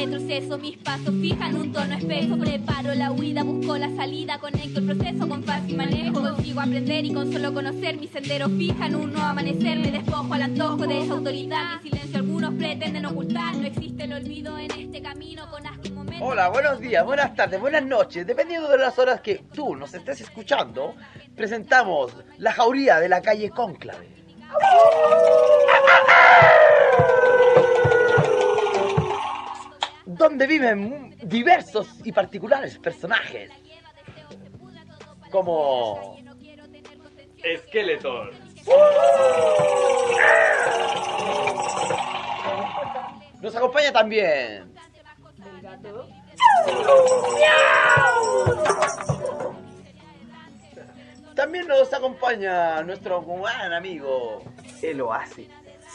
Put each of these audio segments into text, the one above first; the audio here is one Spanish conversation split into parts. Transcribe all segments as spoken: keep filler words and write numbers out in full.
retroceso, mis pasos fijan un tono espeso. Preparo la huida, busco la salida, conecto el proceso con fácil manejo. Consigo aprender y con solo conocer mis senderos fijan un nuevo amanecer. Me despojo al antojo de esa autoridad, mi silencio algunos pretenden ocultar. No existe el olvido en este camino con asco momento. Hola, buenos días, buenas tardes, buenas noches. Dependiendo de las horas que tú nos estés escuchando, presentamos La Jauría de la calle Cónclave. Donde viven diversos y particulares personajes, como Skeletor. Nos acompaña también El gato. También nos acompaña nuestro buen amigo El Oasis.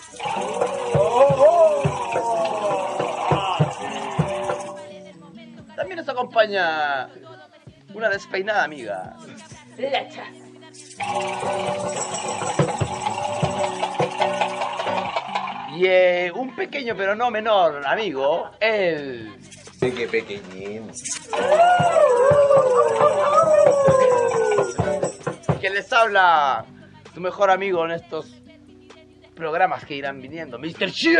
También nos acompaña una despeinada amiga, La Chaza. y eh, un pequeño pero no menor amigo, el Peque pequeñín. que les habla tu mejor amigo en estos programas que irán viniendo, mister Shit.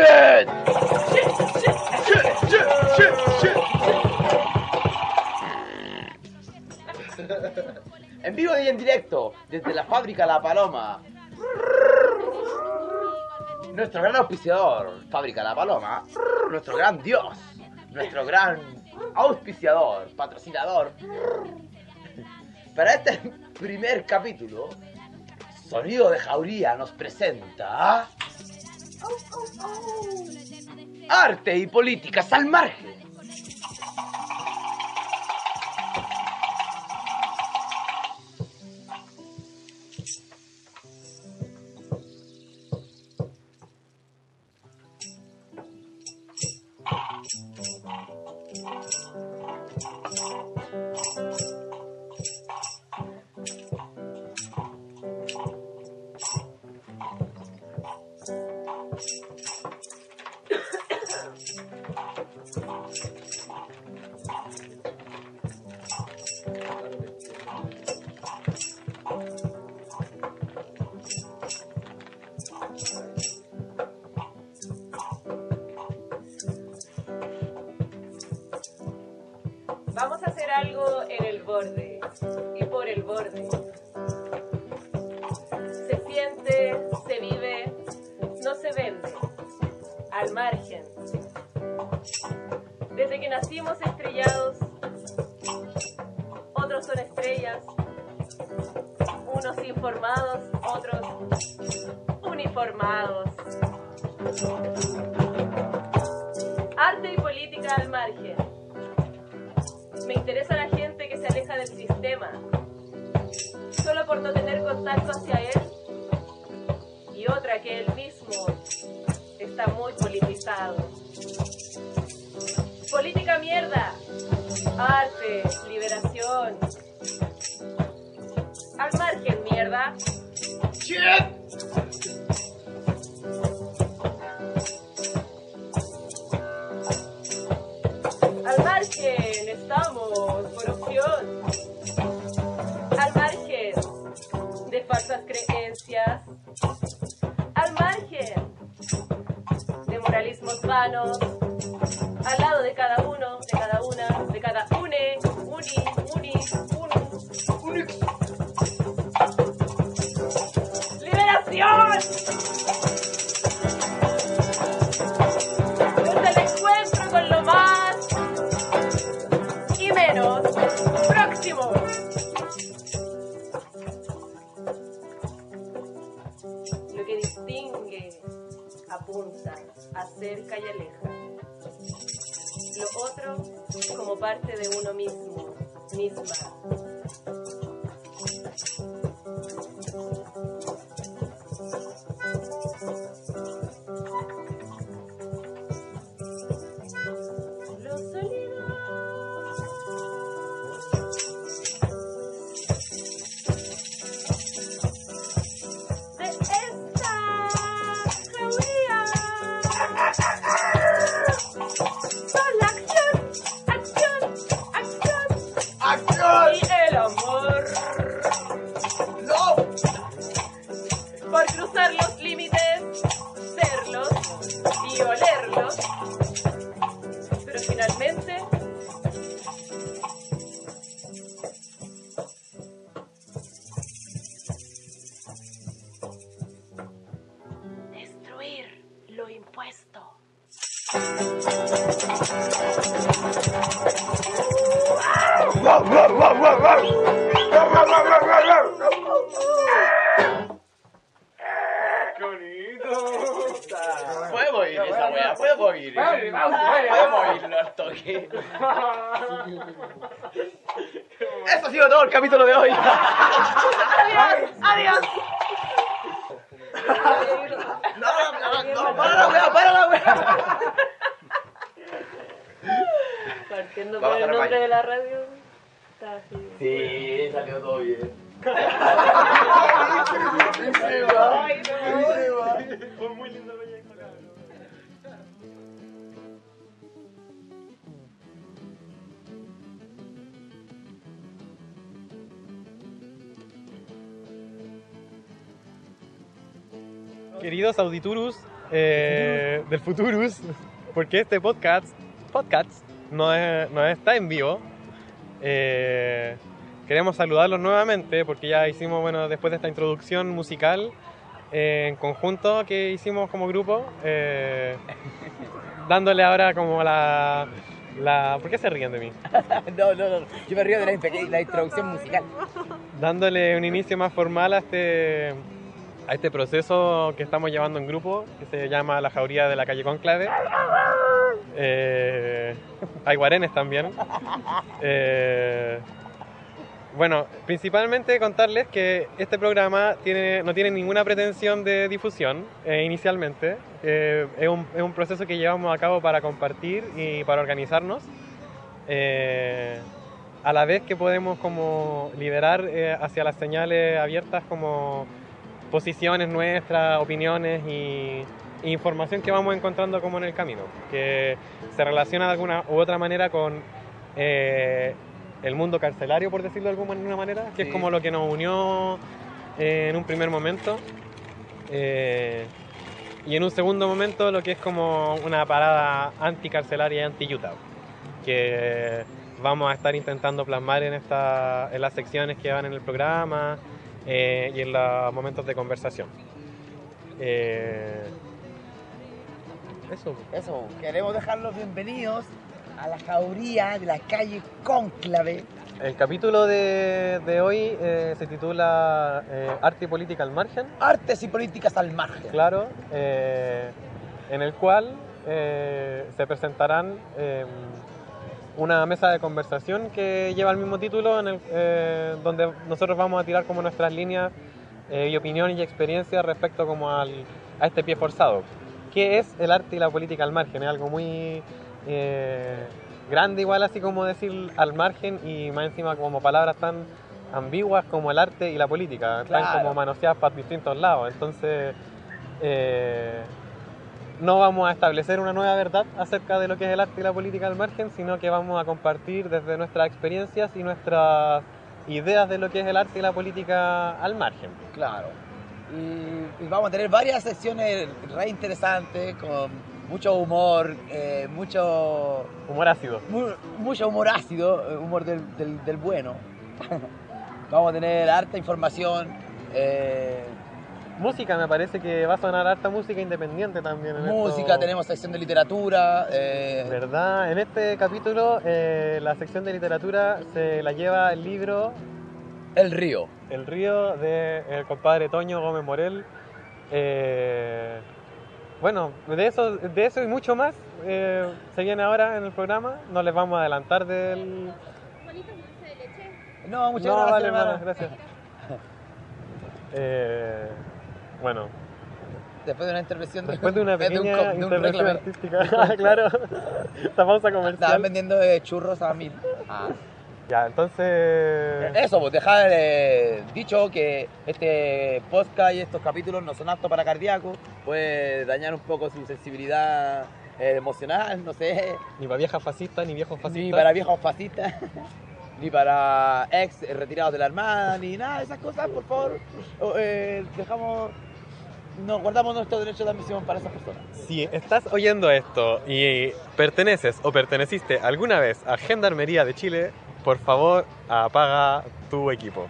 En vivo y en directo desde la fábrica La Paloma. Nuestro gran auspiciador, Fábrica La Paloma. Nuestro gran dios, nuestro gran auspiciador, patrocinador. Para este primer capítulo, Sonido de Jauría nos presenta Arte y Políticas al Margen. Vamos a hacer algo en el borde y por el borde. Se siente, se vive, no se vende. Al margen. Desde que nacimos estrellados, otros son estrellas, unos informados, otros uniformados. Arte y política al margen. Me interesa la gente que se aleja del sistema, solo por no tener contacto hacia él, y otra que él mismo está muy politizado. Política mierda, arte, liberación. Al margen, mierda. Al margen estamos, corrupción. Al margen de falsas creencias. Al margen de moralismos vanos. Al lado de cada uno, de cada una, de cada une, uni, uni, uno. Unix. ¡Liberación! Desde el encuentro con lo más y menos próximo. Lo que distingue, apunta, acerca y aleja. Lo otro como parte de uno mismo, misma. Los sonidos de esta jauría son la Podemos ir esa wea, podemos ir. Podemos irlo al toque. Eso ha sido todo el capítulo de hoy. Adiós, adiós. No, no, no, para la wea, para la wea. Partiendo por el nombre de la radio, está así. Sí, salió todo bien. Fue muy lindo el proyecto, cabrón. Queridos auditurus eh, del Futurus, porque este podcast, podcast no, es, no está en vivo. Eh, queremos saludarlos nuevamente porque ya hicimos, bueno, después de esta introducción musical eh, en conjunto que hicimos como grupo, eh, dándole ahora como la, la... ¿Por qué se ríen de mí? No, no, no, yo me río de la, la introducción musical. Dándole un inicio más formal a este... a este proceso que estamos llevando en grupo, que se llama La Jauría de la Calle Cónclave. Eh, hay guarenes también. Eh, bueno, principalmente contarles que este programa tiene, no tiene ninguna pretensión de difusión eh, inicialmente. Eh, es, un, es un proceso que llevamos a cabo para compartir y para organizarnos. Eh, a la vez que podemos como liderar eh, hacia las señales abiertas como posiciones nuestras, opiniones y, y información que vamos encontrando como en el camino, que se relaciona de alguna u otra manera con eh, el mundo carcelario, por decirlo de alguna manera, que sí, es como lo que nos unió eh, en un primer momento, eh, y en un segundo momento lo que es como una parada anticarcelaria y anti-Utah, que vamos a estar intentando plasmar en, esta, en las secciones que van en el programa, Eh, y en los momentos de conversación. Eh, eso. Eso, queremos dejarlos bienvenidos a la jauría de la calle Cónclave. El capítulo de, de hoy eh, se titula eh, Arte y Política al Margen. Artes y Políticas al Margen. Claro, eh, en el cual eh, se presentarán eh, una mesa de conversación que lleva el mismo título, en el, eh, donde nosotros vamos a tirar como nuestras líneas eh, y opiniones y experiencias respecto como al, a este pie forzado. ¿Qué es el arte y la política al margen? Es algo muy eh, grande igual, así como decir al margen, y más encima como palabras tan ambiguas como el arte y la política, claro, están como manoseadas para distintos lados. Entonces eh, no vamos a establecer una nueva verdad acerca de lo que es el arte y la política al margen, sino que vamos a compartir desde nuestras experiencias y nuestras ideas de lo que es el arte y la política al margen. Claro. Y, y vamos a tener varias secciones re interesantes, con mucho humor, eh, mucho... Humor ácido. Mu, mucho humor ácido, humor del, del, del bueno. Vamos a tener harta información. Eh, Música, me parece que va a sonar harta música independiente también. En música, esto. Tenemos sección de literatura. Eh... ¿Verdad? En este capítulo eh, la sección de literatura se la lleva el libro... El Río. El Río, del compadre Toño Gómez Morel. Eh, bueno, de eso, de eso y mucho más eh, se viene ahora en el programa. No les vamos a adelantar del... ¿Bonito dulce de leche? No, muchas no, gracias. vale, hermano. vale, gracias. eh, bueno. Después de una intervención de, Después de una pequeña de un, de un intervención reclame. artística, claro, esta pausa comercial. Estaban vendiendo eh, churros a mil. Ah. Ya, entonces... Eso, pues dejar eh, dicho que este podcast y estos capítulos no son aptos para cardíacos, puede dañar un poco su sensibilidad eh, emocional, no sé. Ni para viejas fascistas, ni viejos fascistas. Ni para viejos fascistas, ni para ex retirados de la Armada, ni nada de esas cosas, por favor. Eh, dejamos... Nos guardamos nuestro derecho de admisión para esas personas. Si estás oyendo esto y perteneces o perteneciste alguna vez a Gendarmería de Chile, por favor, apaga tu equipo.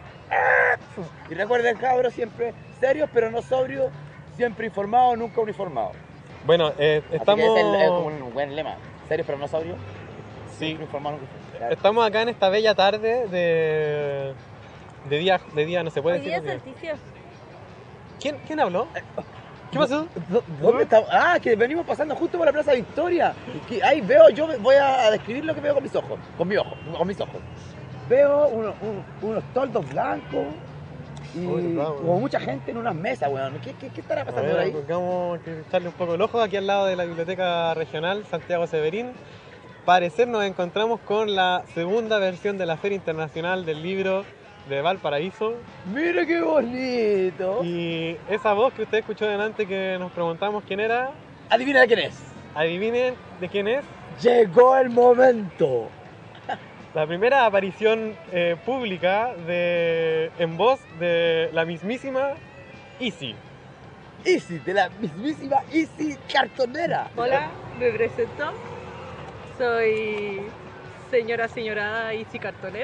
Y recuerden, cabros, siempre serios pero no sobrios, siempre informados, nunca uniformados. Bueno, eh, Así estamos... que ese es, el- es como un buen lema. ¿Serio espermatozoide? Sí. Siempre informar- Estamos acá en esta bella tarde de... De día, de día, no se puede Hoy día decir. es solsticio. ¿Quién, ¿Quién habló? ¿Qué pasó? ¿Dó- ¿Dónde estamos? Ah, que venimos pasando justo por la Plaza Victoria. Y que ahí veo, yo voy a describir lo que veo con mis ojos. Con mi ojo, con mis ojos. Veo uno- un- unos toldos blancos y Uy, bravo. como mucha gente en unas mesas, weón. ¿Qué, qué, qué estará A pasando ver, por ahí? pues vamos a echarle un poco el ojo aquí al lado de la Biblioteca Regional Santiago Severín. Parecer nos encontramos con la segunda versión de la Feria Internacional del Libro de Valparaíso. ¡Mira qué bonito! Y esa voz que usted escuchó delante que nos preguntamos quién era, Adivina de quién es. adivinen de quién es. Llegó el momento. La primera aparición eh, pública de, en voz de la mismísima Isi. Easy, de la mismísima Easy cartonera. Hola, me presento. Soy señora señora Isi Cartonera.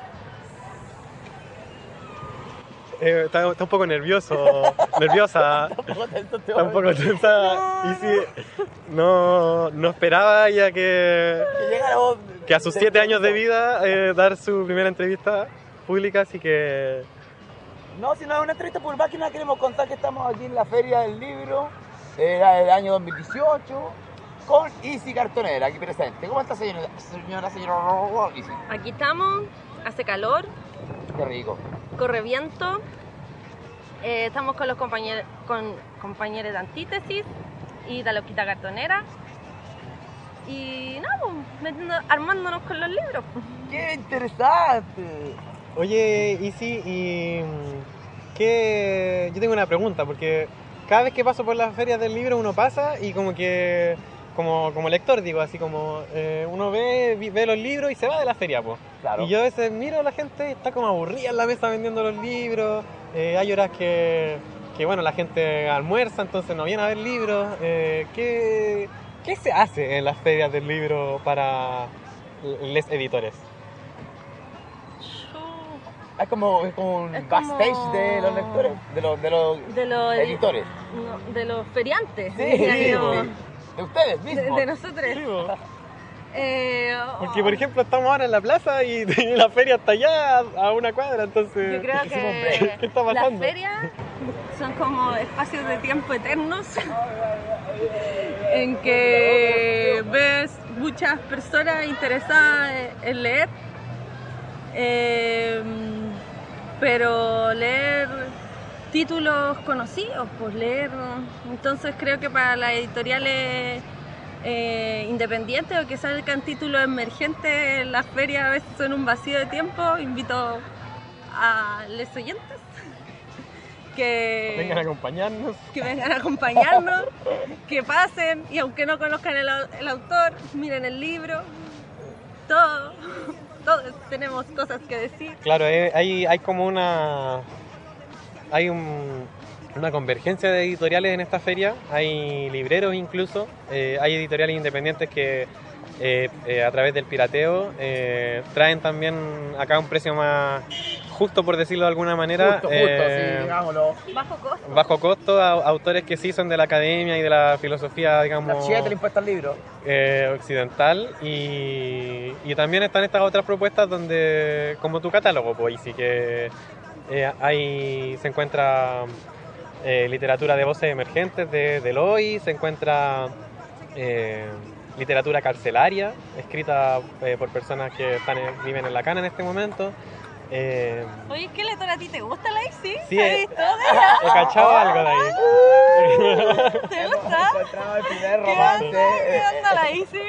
Eh, está, está un poco nervioso, nerviosa, está un poco tensa. Isi no, no esperaba ya que, Que llega la voz que a sus del siete años de mundo. vida eh, dar su primera entrevista pública, así que No, si no es una entrevista por máquina, queremos contar que estamos aquí en la Feria del Libro, era del año dos mil dieciocho, con Easy Cartonera, aquí presente. ¿Cómo está, señora, señora, señora Easy? Aquí estamos, hace calor, Qué rico. corre viento. Eh, estamos con los compañeros, con compañeros de Antítesis y de la Loquita Cartonera. Y nada, pues, metiendo- armándonos con los libros. ¡Qué interesante! oye, Isi, y mm, ¿qué? Yo tengo una pregunta, porque cada vez que paso por las ferias del libro uno pasa y como que, como, como lector digo, así como eh, uno ve, vi- ve los libros y se va de la feria, pues. Claro. Y yo a veces miro a la gente, está como aburrida en la mesa vendiendo los libros, eh, hay horas que, que, bueno, la gente almuerza, entonces no viene a ver libros. Eh, ¿qué, ¿Qué se hace en las ferias del libro para los editores? Es como, es como un Es como- backstage de los lectores, de los, de los De los editores. no, de los feriantes. Sí, diría sí, yo. sí. De ustedes De, mismos. de nosotros. Sí, po. Eh, Porque, por ejemplo, estamos ahora en la plaza y, y la feria está allá a una cuadra, entonces... Yo creo hicimos un que break. ¿Qué está las pasando? ferias son como espacios de tiempo eternos en que ves muchas personas interesadas en leer, eh, pero leer títulos conocidos, pues leer. Entonces creo que para las editoriales eh, independientes o que salgan títulos emergentes, las ferias a veces son un vacío de tiempo. Invito a los oyentes que Vengan a acompañarnos. que vengan a acompañarnos, que pasen y aunque no conozcan el, au- el autor, miren el libro. Todo, todos tenemos cosas que decir. Claro, eh, hay, hay como una... Hay un- una convergencia de editoriales en esta feria, hay libreros incluso, eh, hay editoriales independientes que eh, eh, a través del pirateo eh, traen también acá un precio más justo, por decirlo de alguna manera, Justo, justo, eh, sí, digámoslo. Bajo costo. bajo costo, a autores que sí son de la academia y de la filosofía, digamos, La chilleta le impuesta al libro. eh, occidental, y, y también están estas otras propuestas donde, como tu catálogo, pues, y sí que eh, hay, se encuentra eh, literatura de voces emergentes de, del hoy, se encuentra eh, literatura carcelaria, escrita eh, por personas que están en- viven en la cana en este momento. Eh, Oye, ¿qué lectora a ti te gusta, Laisy? Sí, ¿Has eh. visto de he cachado algo de ahí. ella? ¿Te Hemos gusta? encontrado el primer ¿Qué romance. onda? ¿Qué eh, onda, Laisy?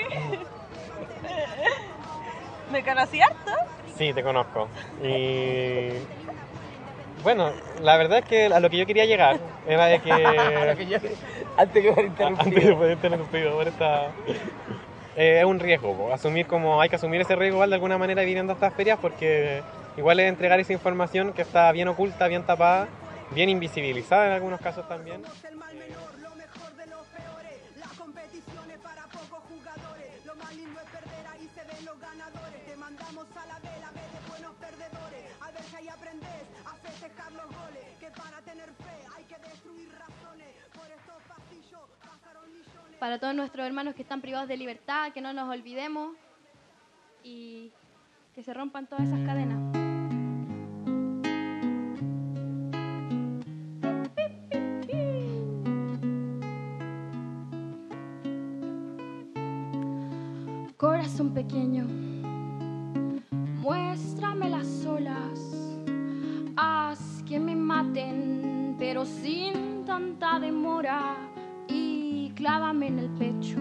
¿Me conocí harto? Sí, te conozco. Y bueno, la verdad es que a lo que yo quería llegar era de Lo que que yo- antes que fuera antes de interrumpido. poder interrumpido por esta eh, es un riesgo, po. Asumir como hay que asumir ese riesgo igual de alguna manera viniendo a estas ferias, porque igual es entregar esa información que está bien oculta, bien tapada, bien invisibilizada en algunos casos también. El mal menor, lo mejor de los peores. La competición es para pocos jugadores. Lo más lindo es perder, ahí se ven los ganadores. Te mandamos a la vela, ve de buenos perdedores. A ver si ahí aprendes a festejar los goles. Que para tener fe hay que destruir razones. Por estos pasillos pasaron millones. para todos nuestros hermanos que están privados de libertad, que no nos olvidemos y que se rompan todas esas cadenas. Corazón pequeño, muéstrame las olas, haz que me maten, pero sin tanta demora, y clávame en el pecho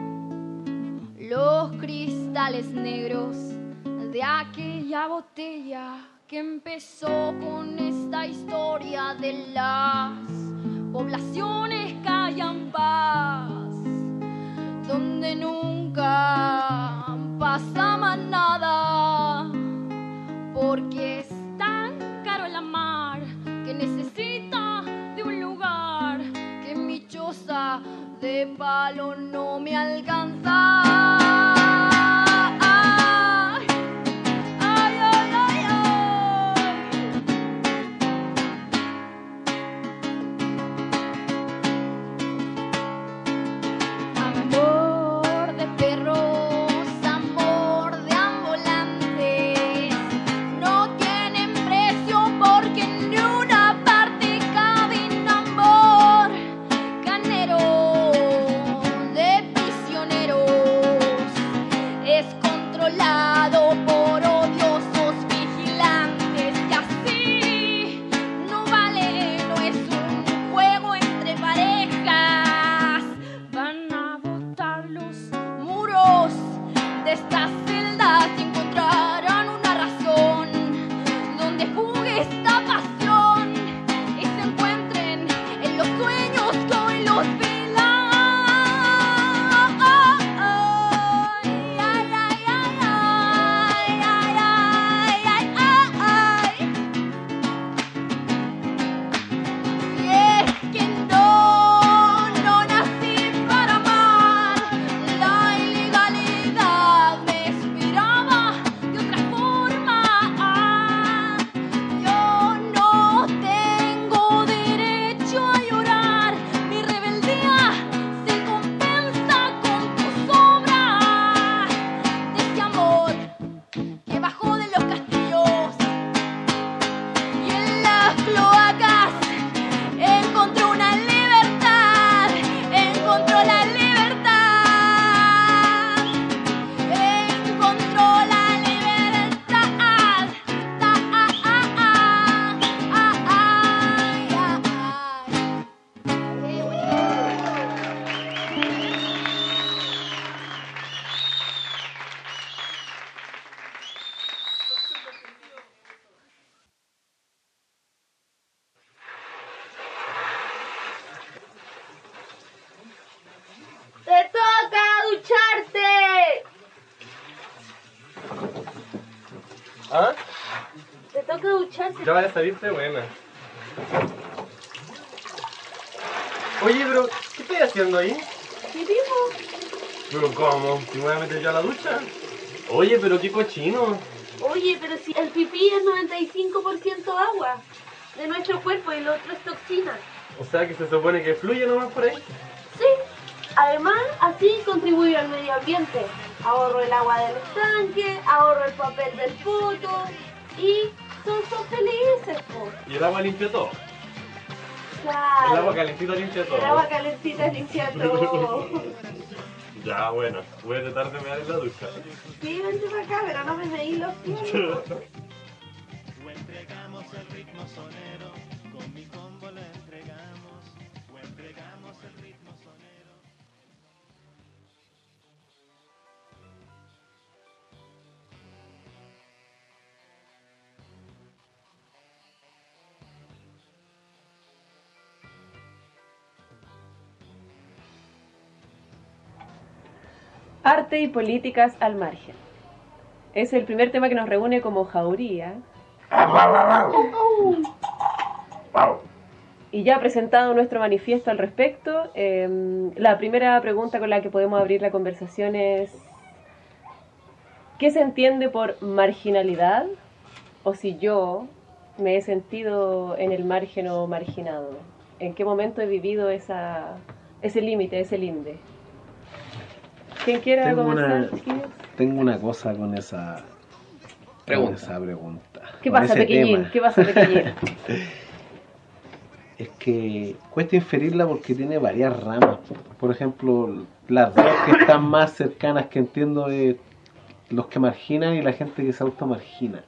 los cristales negros de aquella botella que empezó con esta historia de las poblaciones callampas, donde nunca pasa más nada, porque es tan caro el amar que necesita de un lugar que mi choza de palo no me alcanza. ¿Ah? Te toca ducharse. Ya vaya a salirte buena. Oye, pero, ¿qué estoy haciendo ahí? ¿Pipí? ¿Pero cómo? ¿Me voy a meter yo a la ducha? Oye, pero qué cochino. Oye, pero si el pipí es noventa y cinco por ciento agua de nuestro cuerpo y lo otro es toxina. O sea que se supone que fluye nomás por ahí. Sí. Además, así contribuye al medio ambiente. Ahorro el agua del estanque, ahorro el papel del poto y todos son felices, po. Y el agua limpia todo. Claro. El agua calentita limpia todo. El agua calentita limpia todo. Ya, bueno, voy a tratar de mear en la ducha. Sí, vente para acá, pero no me medí los pies. O entregamos el ritmo sonero, con mi combo lo entregamos. O entregamos el ritmo sonero. Arte y políticas al margen. Es el primer tema que nos reúne como jauría. Y ya presentado nuestro manifiesto al respecto, eh, la primera pregunta con la que podemos abrir la conversación es: ¿qué se entiende por marginalidad? O si yo me he sentido en el margen o marginado. ¿En qué momento he vivido esa, ese límite, ese linde? ¿Quién quiera Tengo comenzar, una, chiquillos? tengo una cosa con esa Pregunta. Con esa pregunta. ¿Qué con pasa, ese pequeñín? tema. ¿Qué pasa, pequeñín? Es que cuesta inferirla porque tiene varias ramas. Por ejemplo, las dos que están más cercanas que entiendo es los que marginan y la gente que se automargina.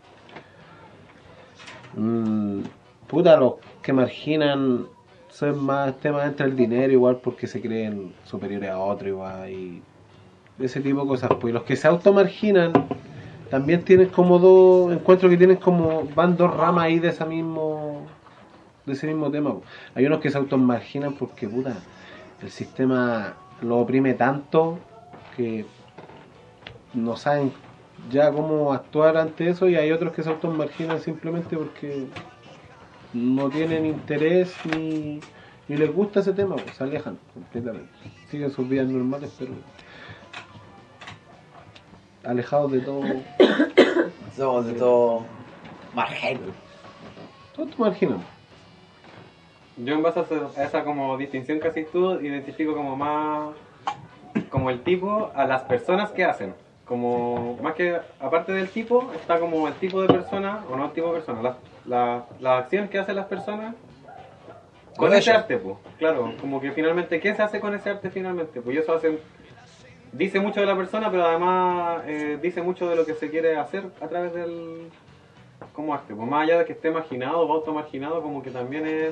Mm, puta, los que marginan son más temas entre el dinero igual porque se creen superiores a otro igual y ese tipo de cosas. Pues los que se automarginan también tienen como dos, encuentro que tienen como, van dos ramas ahí de ese mismo, de ese mismo tema. Hay unos que se automarginan porque puta, el sistema lo oprime tanto que no saben ya cómo actuar ante eso, y hay otros que se automarginan simplemente porque no tienen interés ni, ni les gusta ese tema, pues se alejan completamente, siguen sus vidas normales pero alejados de todo. Somos de todo margen. Todos te marginan. Yo en base a esa, a esa como distinción que haces tú, identifico como más como el tipo a las personas que hacen. Como más que aparte del tipo, está como el tipo de persona, o no el tipo de persona, las la, la acciones que hacen las personas con, con ese arte, pues. Claro, como que finalmente, ¿qué se hace con ese arte finalmente? Pues eso hacen, dice mucho de la persona, pero además eh, dice mucho de lo que se quiere hacer a través del como arte. Pues más allá de que esté marginado o automarginado, como que también es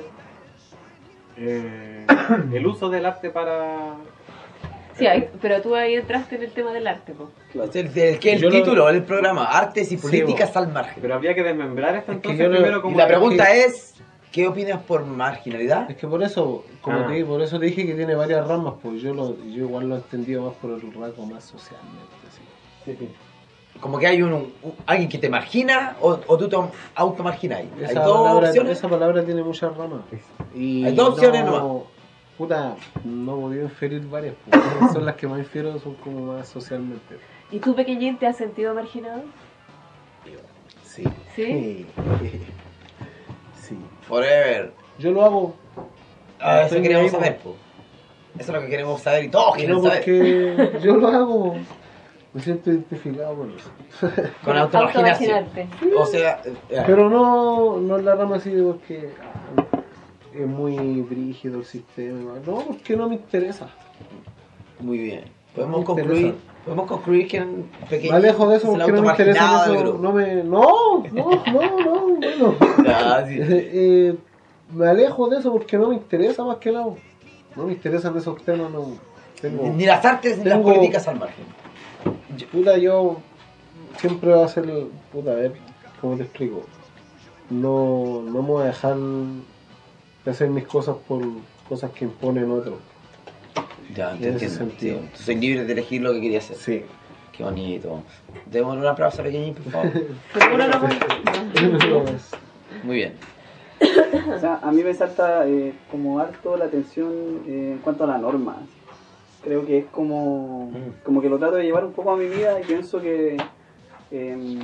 eh, el uso del arte para... Sí, ahí, pero tú ahí entraste en el tema del arte, po. Es el, el, que el Yo título lo- del programa, Artes y Políticas Sí, al Margen. Pero habría que desmembrar esto entonces yo no- primero Y como... la que- pregunta es, ¿qué opinas por marginalidad? Es que por eso, como Ah. te dije, por eso te dije que tiene varias ramas, pues yo lo, yo igual lo he entendido más por el rasgo más socialmente, sí. Como que hay un, un- alguien que te margina o, o tú te automarginas. Hay Esa dos palabra, opciones. esa palabra tiene muchas ramas. Y Hay dos opciones no, nomás. Puta, no he podido inferir varias, pues, son las que más infiero, son como más socialmente. ¿Y tú, pequeñín, te has sentido marginado? Sí. ¿Sí? Sí. Forever. Yo lo hago. Ah, eso Estoy queremos ahí, saber, po. Eso es lo que queremos saber y todos Y quieren no saber. porque yo lo hago. Me siento identificado con eso. Con automarginación. Automarginarte. O sea, eh, Pero no, no es la rama así de porque ah, es muy brígido el sistema. No, porque no me interesa. muy bien. Podemos Me concluir, interesa. podemos concluir que en pequeño Me alejo de eso es el porque no me interesa automarginado del eso. grupo. No, me, no, no, no, no, bueno. Ah, sí. Eh, me alejo de eso porque no me interesa más que nada. No me interesan esos temas, no. Tengo, Ni las artes ni las Tengo- políticas al margen. puta, yo siempre va a ser, puta, a ver, ¿cómo te explico? No, no me voy a dejar de hacer mis cosas por cosas que imponen otros. Ya, te En ese entiendo. sentido. Sí. Soy libre de elegir lo que quería hacer. Sí. Qué bonito. Démosle un aplauso a pequeñín, por favor. ¿Seguro no? Muy bien. O sea, a mí me salta eh, como harto la atención eh, en cuanto a la norma. Creo que es como, como que lo trato de llevar un poco a mi vida y pienso que eh,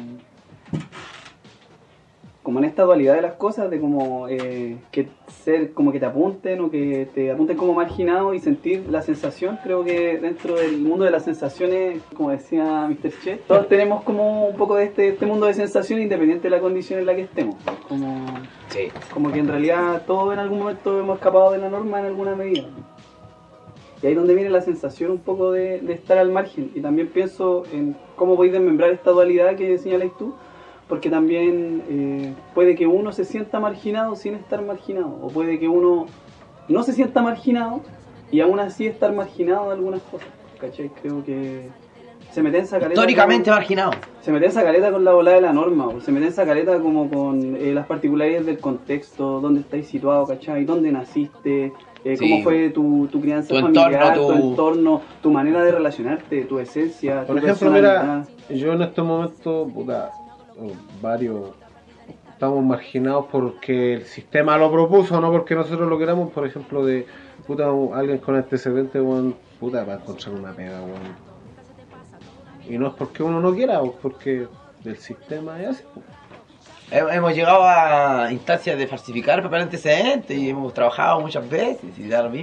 como en esta dualidad de las cosas, de como eh, que ser como que te apunten o que te apunten como marginado y sentir la sensación. Creo que dentro del mundo de las sensaciones, como decía mister Che, todos tenemos como un poco de este, este mundo de sensaciones independiente de la condición en la que estemos. Como, Sí. como que en realidad todos en algún momento hemos escapado de la norma en alguna medida. Y ahí es donde viene la sensación un poco de, de estar al margen. Y también pienso en cómo podéis desmembrar esta dualidad que señaláis tú, porque también eh, puede que uno se sienta marginado sin estar marginado, o puede que uno no se sienta marginado y aún así estar marginado de algunas cosas, ¿cachai? Creo que se mete en esa caleta Históricamente con- marginado. se mete en esa caleta con la volada de la norma, o se mete en esa caleta como con eh, las particularidades del contexto, dónde estáis situado, ¿cachai? Dónde naciste, eh, Sí. cómo fue tu, tu crianza Tu familiar, entorno, tu... tu- entorno, tu manera de relacionarte, tu esencia, Por tu ejemplo, personalidad. mira, yo en estos momentos, puta, o varios, estamos marginados porque el sistema lo propuso, no porque nosotros lo queramos. Por ejemplo, de puta, alguien con antecedentes, weón, puta, va a encontrar una pega, weón. Y no es porque uno no quiera, o porque el sistema es así. Hem- Hemos llegado a instancias de falsificar papel antecedente y hemos trabajado muchas veces y da lo mismo.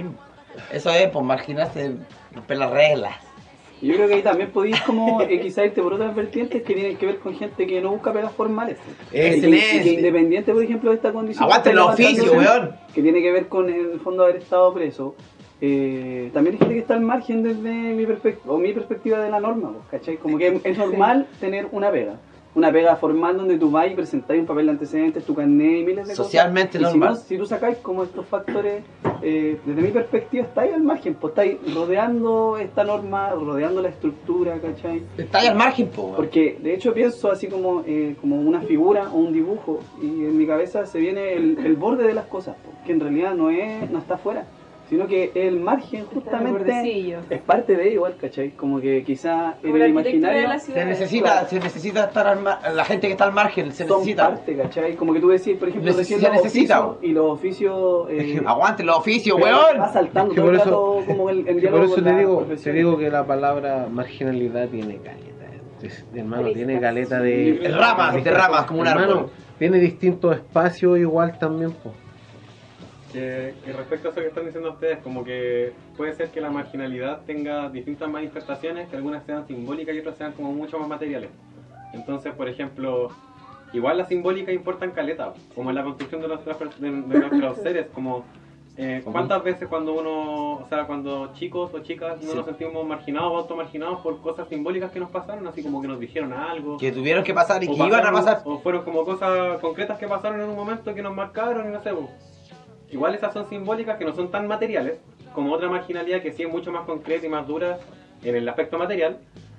Eso es, pues marginarse, romper las reglas. Y yo creo que ahí también podéis como eh, quizá irte por otras vertientes que tienen que ver con gente que no busca pegas formales. Excelente. Y, y que independiente, por ejemplo, de esta condición. Aguante el oficio, weón. Que tiene que ver con, en el fondo, haber estado preso. Eh, también hay gente que está al margen desde mi perspectiva, o mi perspectiva de la norma, ¿cachai? Como que es, es normal tener una pega. Una pega formal donde tú vas y presentáis un papel de antecedentes, tu carnet y miles de Socialmente cosas. normal. Si, no, si tú sacáis como estos factores, eh, desde mi perspectiva estáis al margen, pues estáis rodeando esta norma, rodeando la estructura, ¿cachai? Estáis al margen, po. Porque de hecho pienso así como, eh, como una figura o un dibujo y en mi cabeza se viene el, el borde de las cosas, po, que en realidad no es, no está afuera, sino que el margen justamente es parte de igual, ¿cachai? Como que quizá en el imaginario se necesita, se necesita estar al mar, la gente que está al margen se son necesita. parte, ¿cachai? Como que tú decís, por ejemplo, Neces- recién se los necesita, oficios y los oficios eh, Aguante los oficios, pero weón. va saltando Es que todo por el eso- rato como el, el Y diálogo por eso con te la digo, te profesión. digo que la palabra marginalidad tiene caleta. Es- hermano, tiene caleta de... De ramas, de ramas, como un Hermano, árbol. tiene distintos espacios igual también, pues. Que, que respecto a eso que están diciendo ustedes, como que puede ser que la marginalidad tenga distintas manifestaciones, que algunas sean simbólicas y otras sean como mucho más materiales. Entonces, por ejemplo, igual las simbólicas importan caleta, como en la construcción de nuestros, de, de nuestros seres, como eh, cuántas veces cuando uno, o sea, cuando chicos o chicas no Sí. nos sentimos marginados o automarginados por cosas simbólicas que nos pasaron, así como que nos dijeron algo. Que tuvieron que pasar y o que iban a pasaron- pasar. O fueron como cosas concretas que pasaron en un momento que nos marcaron y no sé, pues. Igual esas son simbólicas que no son tan materiales como otra marginalidad que sí es mucho más concreta y más dura en el aspecto material.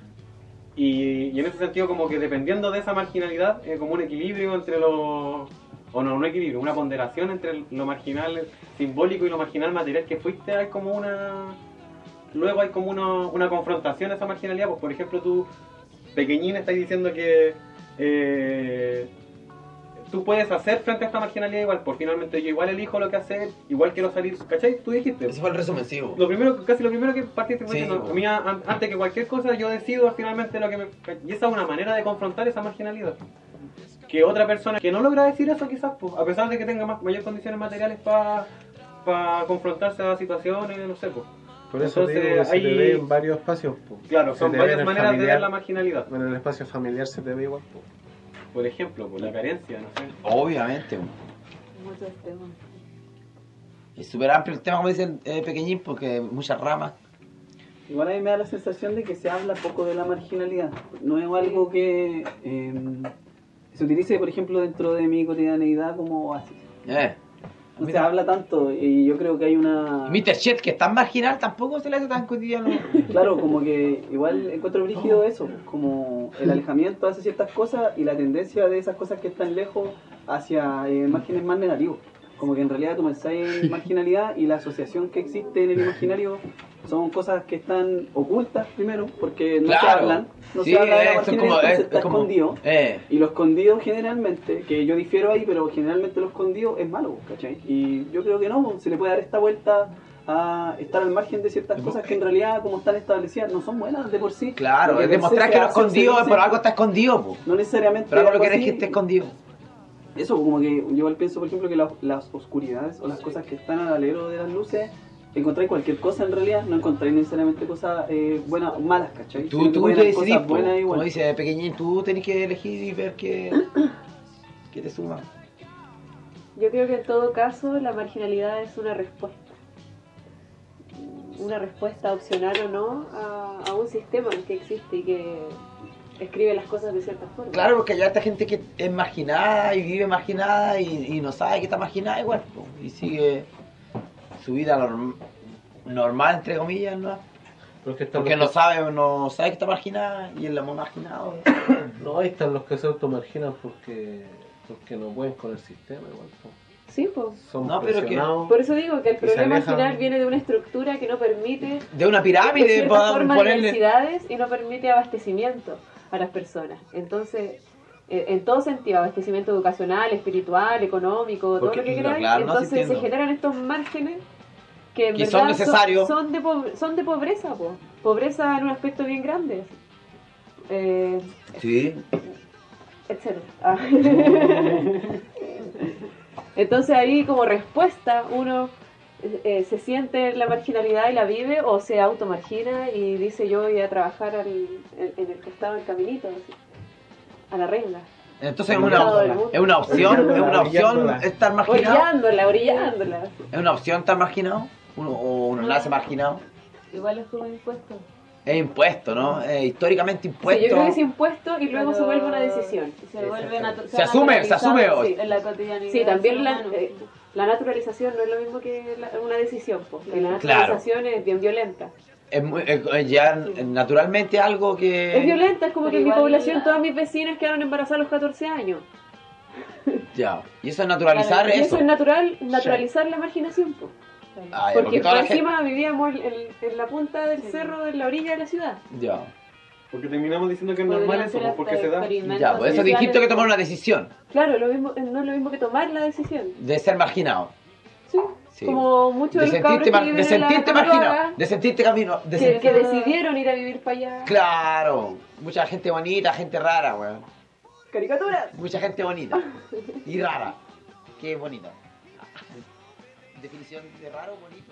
Y, y en ese sentido como que dependiendo de esa marginalidad, eh, como un equilibrio entre lo... o no, un equilibrio, una ponderación entre lo marginal simbólico y lo marginal material que fuiste, hay como una... Luego hay como una, una confrontación a esa marginalidad, pues por ejemplo tú, pequeñín, estás diciendo que... Eh, tú puedes hacer frente a esta marginalidad igual, pues finalmente yo igual elijo lo que hacer, igual quiero salir, ¿cachai? Tú dijiste. Ese fue el resumen, sí, bo. Lo primero, casi lo primero que partiste Sí, diciendo, bo. a mí, a- antes que cualquier cosa yo decido finalmente lo que me... Y esa es una manera de confrontar esa marginalidad. Que otra persona que no logra decir eso quizás, pues, a pesar de que tenga más, mayor condiciones materiales para confrontarse a situaciones, no sé, pues. Por eso Entonces, te digo que se te hay- ve en varios espacios, po. Claro, Se son te ve en varias el maneras de familiar, ver la marginalidad. En el espacio familiar se te ve igual, po. Por ejemplo, por la carencia, no sé. Obviamente, bo. Muchos temas. Es súper amplio el tema, como dicen eh, pequeñín, porque muchas ramas. Igual a mí me da la sensación de que se habla poco de la marginalidad. No es algo que eh, se utilice, por ejemplo, dentro de mi cotidianeidad como oasis. Eh. No se habla tanto y yo creo que hay una... mister Chet, que es tan marginal, tampoco se le hace tan cotidiano. Claro, como que igual encuentro brígido eso, como el alejamiento hacia ciertas cosas y la tendencia de esas cosas que están lejos hacia eh, márgenes más negativos. Como que en realidad tú pensáis en marginalidad y la asociación que existe en el imaginario son cosas que están ocultas primero, porque no se Claro. hablan, no Sí, se habla de la eso es marginalidad, como- entonces es- está es como- escondido. Eh. Y lo escondido generalmente, que yo difiero ahí, pero generalmente lo escondido es malo, ¿cachai? Y yo creo que no, se le puede dar esta vuelta a estar al margen de ciertas cosas que en realidad, como están establecidas, no son buenas de por sí. Claro, Porque es per se demostrar se que lo hace o se escondido dice, por algo está escondido, po. no necesariamente Pero algo lo algo querés así. que esté escondido. Eso, como que yo igual pienso, por ejemplo, que la- las oscuridades o las cosas que están al alero de las luces, encontráis cualquier cosa en realidad, no encontráis necesariamente cosas eh, buenas o malas, ¿cachai? Tú, Sino que tú pueden te haber decidís, cosas po. buenas igual. Como dice pequeñín, tú tenés que elegir y ver qué, qué te suma. Yo creo que en todo caso la marginalidad es una respuesta. Una respuesta opcional o no a, a un sistema que existe y que escribe las cosas de cierta forma. Claro, porque hay harta gente que es marginada y vive marginada y, y no sabe que está marginada igual, po. Y sigue su vida norm- normal, entre comillas, ¿no? Pero es que están Porque los no sabe, no sabe que está marginada y es la más marginado. que- No, ahí están los que se automarginan porque, porque no pueden con el sistema igual, po. Sí, pues. Son No, pero que- presionados. Por eso digo que el Y se problema al alejan. final viene de una estructura que no permite De una de pirámide cierta para forma ponerle. necesidades y no permite abastecimiento a las personas. Entonces, eh, en todo sentido, abastecimiento educacional, espiritual, económico, Porque- todo lo que claro, queráis, claro, no, sí entonces se entiendo. generan estos márgenes que en Que verdad son necesarios. son, son de, po- son de pobreza, po. Pobreza en un aspecto bien grande. Eh, Sí. etcétera. Ah. Entonces ahí como respuesta uno eh, se siente la marginalidad y la vive, o se automargina y dice yo voy a trabajar al, en, en el costado del caminito, así, a la renga. Entonces es una, es una opción, es una opción estar marginado. Orillándola, orillándola. ¿Es una opción estar marginado? ¿Uno, ¿O uno nace marginado? Igual es como impuesto. Es impuesto, ¿no? Es históricamente impuesto. Sí, yo creo que es impuesto y luego se vuelve una decisión. Se, vuelve natu- se asume, se asume hoy. Sí, en la cotidianidad. Sí, también la, eh, la naturalización no es lo mismo que la, una decisión, porque la naturalización claro. es bien violenta. Es, muy, es ya naturalmente algo que... Es violenta, es como pero que en mi población la... todas mis vecinas quedaron embarazadas a los catorce años. Ya, y eso es naturalizar claro, eso. Eso es natural, naturalizar sí. la marginación, pues. Ah, ya, porque, porque por encima gente... vivíamos en, en la punta del sí. cerro de la orilla de la ciudad. Ya. Porque terminamos diciendo que es normal eso, porque se da. Ya, por eso dijiste que tomar una decisión. Claro, lo mismo, no es lo mismo que tomar la decisión. De ser marginado. Sí. sí. Como muchos de, de los cabros mar- que de sentirte marginado, de sentirte camino, de que, sentir... que decidieron ir a vivir para allá. Claro, mucha gente bonita, gente rara, weón. Caricaturas. Mucha gente bonita y rara. Qué bonita. Definición de raro, bonito.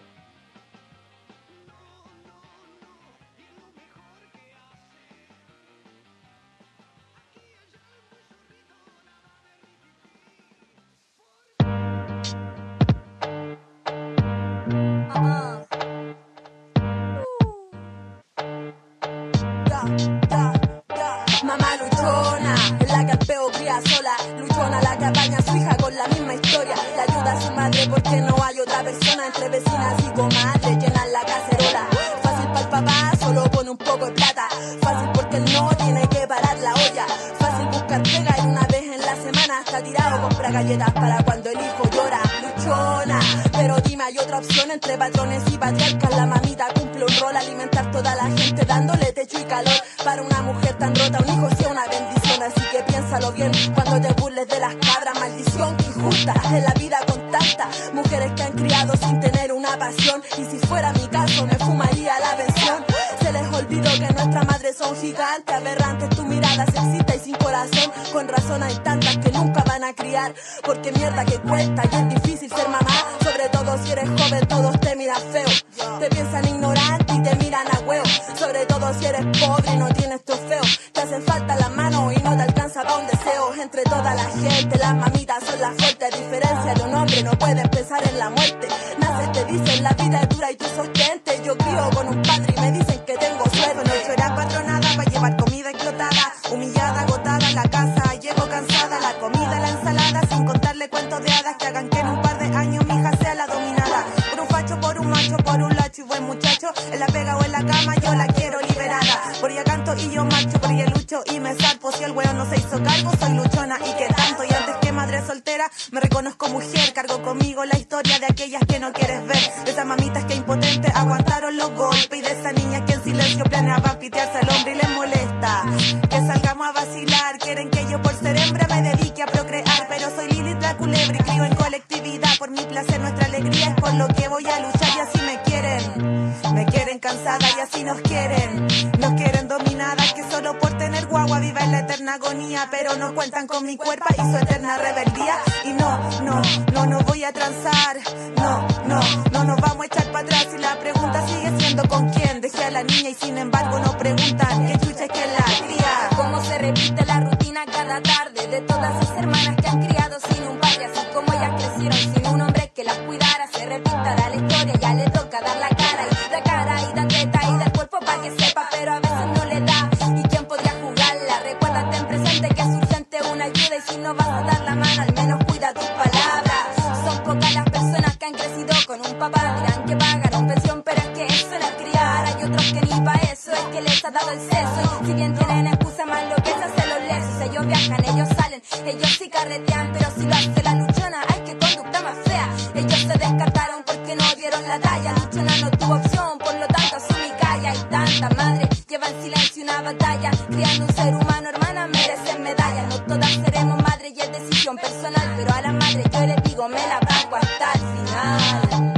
Mamá luchona, es la que al peo cría sola. Luchona, la que apaña a su hija con la misma historia. Le ayuda a su madre porque no hay otra persona. Entre vecinas y comadres llenan la cacerola. Fácil para el papá, solo pone un poco de plata. Fácil porque él no tiene que parar la olla. Fácil buscar pega y una vez en la semana está tirado, compra galletas para cuando el hijo llora. Luchona, pero dime, hay otra opción entre patrones y patriarcas. La mamita cumple un rol, alimentar toda la gente dándole techo y calor. Para una mujer tan rota, un hijo sea una bendición, así que piénsalo bien cuando te burles de las cabras. Maldición que injusta es la vida con tantas mujeres que han criado sin tener una pasión. Y si fuera mi caso me fumaría la pensión. Se les olvidó que nuestras madres son gigantes, aberrantes, tu mirada sexista y sin corazón. Con razón hay tantas que nunca van a criar, porque mierda que cuesta y es difícil ser mamá. Sobre todo si eres joven todos te miran feo, te piensan ignorante y te miran a huevo. Sobre todo si eres pobre y no tienes trofeo, te hacen falta las manos y no te alcanza para un deseo. Entre toda la gente las mamitas son las fuertes, a diferencia de un hombre no puedes pensar en la muerte. Naces, te dicen la vida es dura y tú sostente. Yo crío con un padre y me dicen que tengo suerte. No he hecho era patronada para llevar comida explotada, humillada, agotada en la casa, llego cansada. La comida, la ensalada, sin contarle cuentos de hadas que hagan que en un par de años mi hija sea la dominada. Por un facho, por un macho, por un lacho y buen muchacho, en la pega o en la cama yo la quiero liberada. Por ella canto y yo marcho, por ella lucho y me salvo. Si el weón no se hizo cargo, soy luchona y que tanto. Y antes que madre soltera, me reconozco mujer. Cargo conmigo la historia de aquellas que no quieres ver, de esas mamitas que impotentes aguantaron los golpes, y de esas niñas que en silencio planeaban pitearse al hombre y les molesta que salgamos a vacilar. Quieren que yo por ser hembra me dedique a procrear, pero soy Lilith la culebra y crío en colectividad. Por mi placer nuestra alegría es por lo que voy a luchar. Y así me quieren, me quieren cansada y así nos quieren. Nos quieren dominadas, que solo por tener guagua viva en la eterna agonía. Pero no cuentan con mi cuerpo y su eterna rebeldía. Y no, no, no nos voy a transar. No, no, no nos vamos a echar para atrás. Y la pregunta sigue siendo con quién. Dejé a la niña y sin embargo no preguntan qué chucha es que la cría. Cómo se repite la rutina cada tarde de todas esas hermanas que han criado sin un padre. Así como ellas crecieron sin un hombre que las cuidara. Se repita la historia, ya le toca dar la cara. Y la cara y da teta y da cuerpo para que sepa, pero a veces no le da. ¿Y quién podría jugarla? Recuérdate en presente que es urgente una ayuda. Y si no vas a dar la mano, al menos cuida tus palabras. Son pocas las personas que han crecido con un papá. Dirán que pagaron pensión, pero es que eso no es criar. Hay otros que ni pa' eso, es que les ha dado el seso. Y si bien tienen excusa más lo que se hace los lesos. Ellos viajan, ellos salen, ellos sí carretean, pero si lo hace la luchona, ay qué conducta más fea. Ellos se descartaron porque no dieron la talla. Luchona no tuvo opción, por lo tanto asumí calla. Y tanta madre lleva en silencio una batalla, criando un ser humano, hermana, merecen medalla. No todas seremos madres y es decisión personal, pero a la madre yo le digo me la banco hasta el final.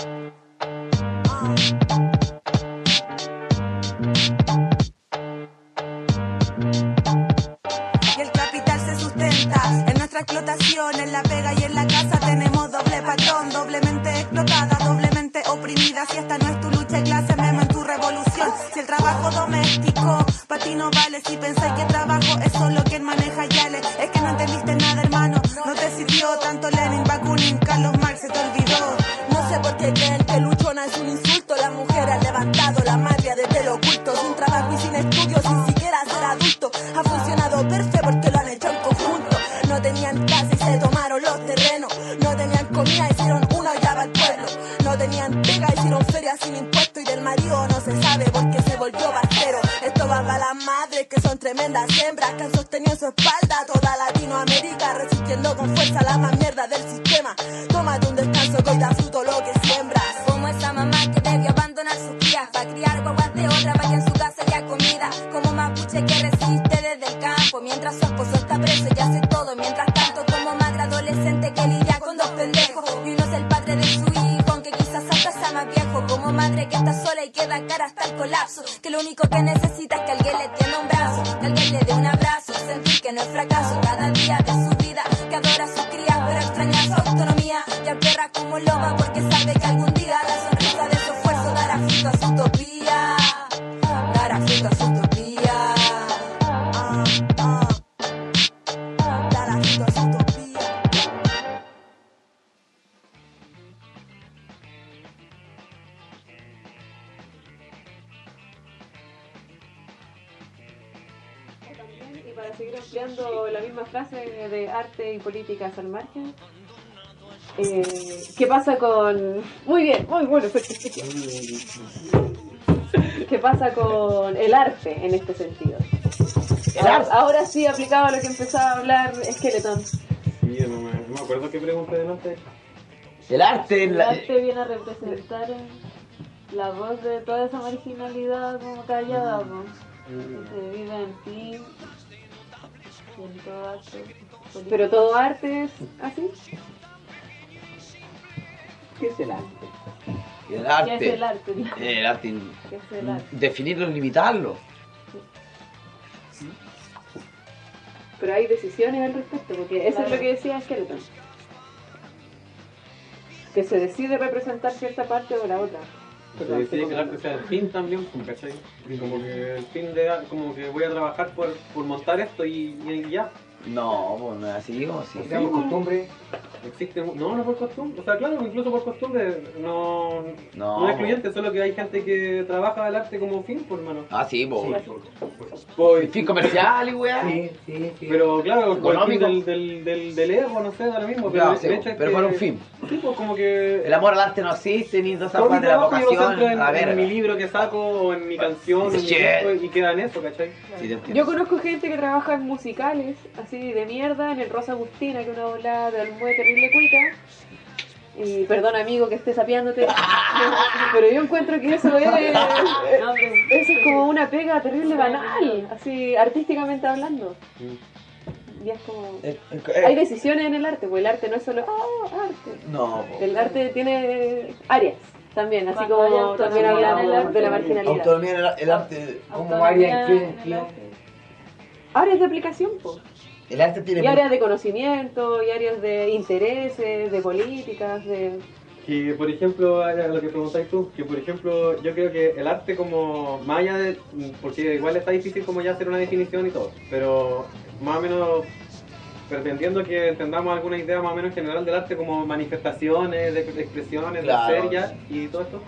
Y el capital se sustenta en nuestra explotación, en la pega y en la casa tenemos doble patrón, doblemente explotada, doble místico. Pa' ti no vale si pensáis que trabajo es solo quien maneja yales. Es que no entendiste nada, hermano, no te sirvió tanto Lenin, Bakunin, Carlos Marx se te olvidó. No sé por qué creen que luchona es un insulto. La mujer ha levantado la magia desde lo oculto. Sin trabajo y sin estudios, sin siquiera ser adulto. Ha funcionado perfecto porque lo han hecho en conjunto. No tenían casa y se tomaron los terrenos. No tenían comida, hicieron una olla para el pueblo. No tenían pega, hicieron feria sin impuesto. Y del marido no se sabe porque se volvió bastero. Esto va para las madres que son tremendas hembras, que han sostenido en su espalda toda Latinoamérica, resistiendo con fuerza la más mierda del sistema. Tómate un descanso que hoy da fruto lo que siembras. Como esa mamá que debió abandonar sus crías para criar guaguas de otra para que en su casa haya comida. Como mapuche que resiste desde el campo mientras su esposo está preso y hace todo. Mientras tanto, como madre adolescente que lidia con dos pendejos y uno es el padre de su hijo, aunque quizás hasta sea más viejo. Como madre que está sola y queda cara hasta el colapso, que lo único que necesita es que alguien le tienda un brazo, que alguien le dé un abrazo, sentir que no es fracaso cada día de su vida, que adora a sus crías pero extraña su autonomía y aperra como loba porque sabe que algún día la sonrisa de su esfuerzo dará fruto a su utopía, dará fruto a su utopía. Ah, ah. Dará fruto a su utopía. Y para seguir empleando la misma frase de arte y políticas al margen, eh, ¿qué pasa con...? Muy bien, muy bueno, perfecto. ¿Qué pasa con el arte en este sentido? Ahora, ahora sí, aplicado a lo que empezaba a hablar Skeleton. Sí, no me, no me acuerdo qué pregunté delante. El arte... El la- arte viene a representar la voz de toda esa marginalidad como callada, ¿no? Que se vive en ti y en todo arte. Pero todo arte es así. ¿Qué es el arte? El arte. ¿Qué es el arte? El arte. ¿Qué es el arte? Definirlo, limitarlo. Pero hay decisiones al respecto, porque eso Claro. es lo que decía Skeleton. Que se decide representar cierta parte o la otra. Se decide que el arte sea el fin también, ¿cachai? Y como que el fin de, como que voy a trabajar por, por montar esto y, y ya. No, pues no es así, o sí. O sea, por costumbre. Existe, no, no por costumbre, o sea, claro, incluso por costumbre, no, No, no es excluyente, solo que hay gente que trabaja el arte como fin, por hermano. Ah, sí, pues. Pues, fin comercial y weá. Sí, sí, sí. Pero claro, por el fin del, del, del, del ego, no sé, da lo mismo. Pero, Ya, el sí, hecho es pero que- para un fin. Sí, pues como que... El amor al arte no existe, ni todas esas Todo mi cosas de la trabajo yo lo vocación. centro en, A ver. en mi libro que saco, o en mi canción, en mi Shit. disco, y queda en eso, ¿cachai? Sí, te entiendo. Yo conozco gente que trabaja en musicales, así de mierda, en el Rosa Agustina, que es una bola de almué terrible cuica. Y perdón, amigo, que esté sapeándote, pero yo encuentro que eso es, eso es como una pega terrible banal, así artísticamente hablando. Y es como... Hay decisiones en el arte, pues el arte no es solo oh, arte. No, po. El arte tiene áreas también, así Cuando hay como también autonomía en el hablamos arte, de la marginalidad. Autonomía en el, el arte. ¿Cómo Autonomía área? ¿En en qué? el arte. Áreas de aplicación, pues. El arte tiene. Y áreas de conocimiento, y áreas de intereses, de políticas, de... Que por ejemplo, a lo que preguntáis tú, que por ejemplo yo creo que el arte como, más allá de, porque igual está difícil como ya hacer una definición y todo, pero más o menos pretendiendo que entendamos alguna idea más o menos general del arte como manifestaciones, de de expresiones, Claro. de ser ya y todo esto,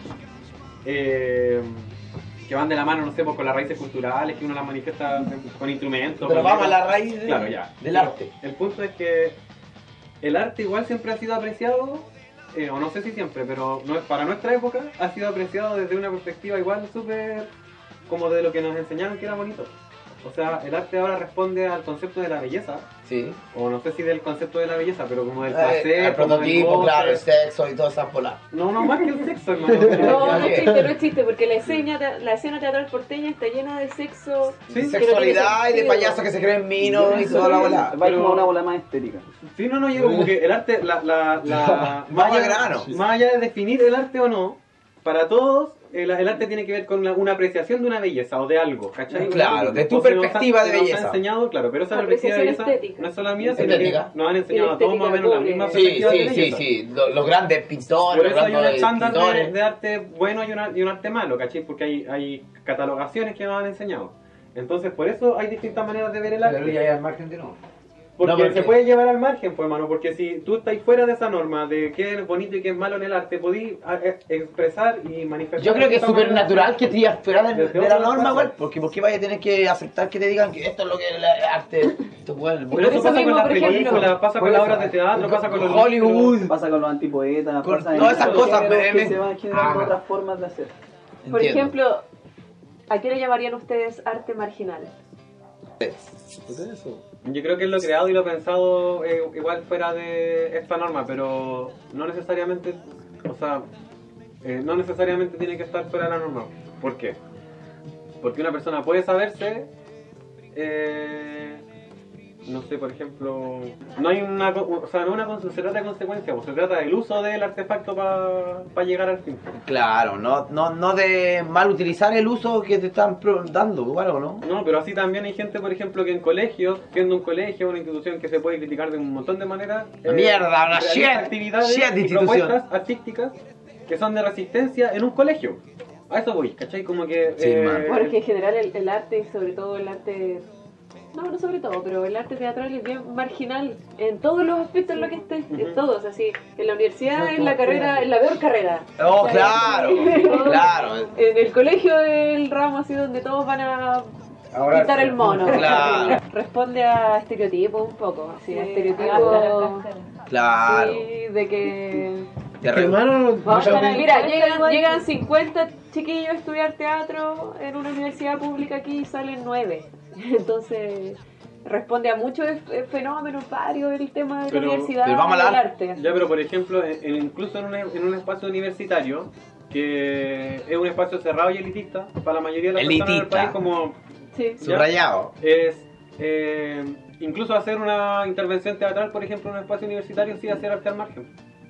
eh, que van de la mano, no sé, pues, con las raíces culturales, que uno las manifiesta con instrumentos. Pero con vamos a la letras. raíz de- Claro, ya. del arte. El punto es que el arte igual siempre ha sido apreciado, eh, o no sé si siempre, pero no, para nuestra época ha sido apreciado desde una perspectiva igual súper como de lo que nos enseñaron que era bonito. O sea, el arte ahora responde al concepto de la belleza. Sí. O no sé si del concepto de la belleza, pero como del Eh, placer. el como del prototipo, goce. claro, el sexo y todas esas polas. No, no, más que el sexo, hermano. No, no es chiste, no es chiste, porque la escena, la escena teatral porteña está llena de sexo. Sí, que no sexualidad tiene y de sentido. payasos que se creen minos y toda la bola. Va como a una bola más estética. Sí, no, no, yo como que el arte, la, la, la, Más allá- al grano. más allá de definir el arte o no, para todos el, el arte tiene que ver con la- una apreciación de una belleza o de algo, ¿cachai? Claro, de tu O se nos ha- perspectiva de se nos ha belleza. enseñado, claro, pero esa perspectiva de Apreciación belleza estética. no es solo la mía, sino que Estética. nos han enseñado a Y todos más o menos la estética misma Sí, perspectiva de sí, sí, belleza. sí. Los, los grandes pintores, Por los eso hay un grandes estándar de, escritores. de arte bueno y, una, y un arte malo, ¿cachai? Porque hay, hay catalogaciones que nos han enseñado. Entonces, por eso hay distintas maneras de ver el arte. Pero ya hay al margen de nuevo. Porque No, porque- se puede llevar al margen, pues, hermano, porque si tú estás fuera de esa norma de qué es bonito y qué es malo en el arte, podís a- e- expresar y manifestar. Yo creo que es de esa súper manera. natural que te fuera de, Desde de la otro norma, espacio. igual, porque ¿por qué vaya a tener que aceptar que te digan que esto es lo que es el arte? Esto, bueno, Pero eso pasa con las películas, pasa con las obras de teatro, pasa con los Hollywood, libros. Pasa con los antipoetas, Con pasa en todas esas otros cosas, géneros me- que me- se van generando Ah. otras formas de hacer. Por Entiendo. ejemplo, ¿a qué le llamarían ustedes arte marginal? Yo creo que lo creado y lo pensado eh, igual fuera de esta norma, pero no necesariamente, o sea, eh, no necesariamente tiene que estar fuera de la norma. ¿Por qué? Porque una persona puede saberse, eh, no sé, por ejemplo, no hay una, co- o sea, no, una, con- se trata de consecuencia, pues, se trata del uso del artefacto para llegar al fin. Claro, no, no, no de mal utilizar el uso que te están pro- dando, igual o no. No, pero así también hay gente, por ejemplo, que en colegios, siendo un colegio, una institución que se puede criticar de un montón de maneras, Una mierda, una realiza shit, actividades shit de y institución. propuestas artísticas que son de resistencia en un colegio. A eso voy, ¿cachai? Como que... Sí, eh, man. Porque en general el, el arte, y sobre todo el arte... No, no sobre todo, pero el arte teatral es bien marginal en todos los aspectos en lo que esté, en todos, así, en la universidad es la carrera, es la peor carrera. Oh, O sea, claro, claro. En el colegio el ramo así donde todos van a Ahora pintar sí. el mono. Claro. Responde a estereotipos un poco, así, a Sí, estereotipos Claro. sí, de que... De re- Hermano, Vamos muchas a ver, veces- mira, llegan, llegan cincuenta chiquillos a estudiar teatro en una universidad pública aquí y salen nueve. Entonces, responde a muchos eh, fenómenos varios del tema de Pero- la universidad pero vamos y a del hablar- arte. Ya, pero por ejemplo, en- en- incluso en un, en un espacio universitario, que es un espacio cerrado y elitista, para la mayoría de las personas del Elitista. país, como... Sí. ¿ya? Subrayado. Es... eh, incluso hacer una intervención teatral, por ejemplo, en un espacio universitario, sí hacer arte al margen.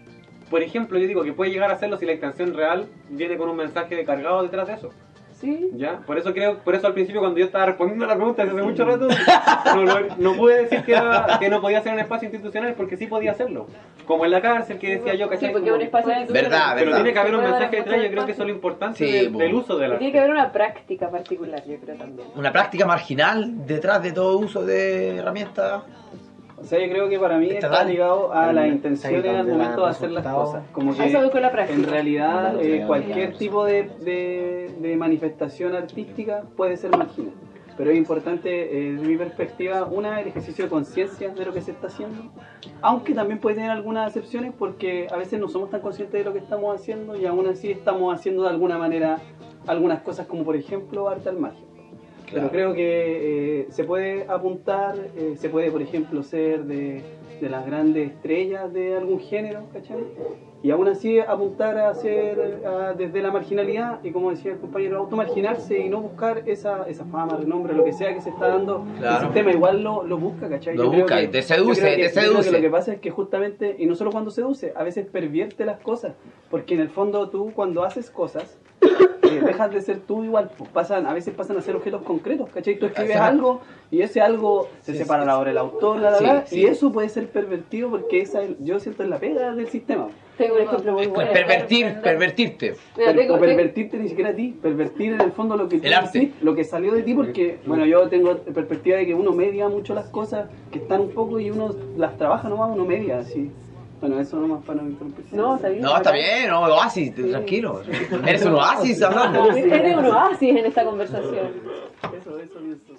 Por ejemplo, yo digo que puede llegar a hacerlo si la intención real viene con un mensaje cargado detrás de eso. Sí. ¿Ya? Por eso creo, por eso al principio cuando yo estaba respondiendo a la pregunta desde hace mucho rato, no, no, no pude decir que, era- que no podía ser un espacio institucional porque sí podía hacerlo. Como en la cárcel que decía yo, Sí, ¿cachai? porque es un espacio institucional. Verdad, Pero verdad. tiene que haber un Se puede mensaje dar detrás, yo mucho creo que eso es lo importante Sí, del, po. del uso del Y tiene arte. que haber una práctica particular, yo creo también. Una práctica marginal detrás de todo uso de herramientas. O sea, yo creo que para mí está Estatal. ligado a las Ahí intenciones donde al momento dan de hacer las resultados. cosas. Como A eso voy que con la práctica. en realidad Cuando eh, se cualquier vean tipo de, de, de manifestación artística puede ser marginal. Pero es importante, eh, desde mi perspectiva, una, el ejercicio de conciencia de lo que se está haciendo. Aunque también puede tener algunas excepciones porque a veces no somos tan conscientes de lo que estamos haciendo y aún así estamos haciendo de alguna manera algunas cosas como por ejemplo arte al margen. Pero creo que eh, se puede apuntar, eh, se puede, por ejemplo, ser de, de las grandes estrellas de algún género, ¿cachai? Y aún así apuntar a ser a- desde la marginalidad y, como decía el compañero, automarginarse y no buscar esa, esa fama, renombre, lo que sea que se está dando. Claro. El sistema igual lo, lo busca, ¿cachai? Lo Yo creo busca que- y te yo seduce, creo que- te yo creo que seduce. lo que pasa es que justamente, y no solo cuando seduce, a veces pervierte las cosas, porque en el fondo tú cuando haces cosas, eh, dejas de ser tú igual, pues pasan, a veces pasan a ser objetos concretos, ¿cachai? Tú escribes Ajá. algo y ese algo se Sí, separa sí, la obra del autor, la, la, Sí, la, sí. y eso puede ser pervertido porque esa es- yo siento es la pega del sistema. Tengo un ejemplo muy bueno. Pervertir, pervertirte. Mira, Per- tengo- o tengo- pervertirte ni siquiera a ti, pervertir en el fondo lo que tú El arte. hiciste, lo que salió de ti, porque, bueno, yo tengo perspectiva de que uno media mucho las cosas que están un poco y uno las trabaja nomás, uno media, así. Bueno, eso nomás para no interrumpir. No, está bien. No, está bien, no, oasis, tranquilo. Eres un oasis hablando. Eres un oasis en esta conversación. Eso, eso, eso.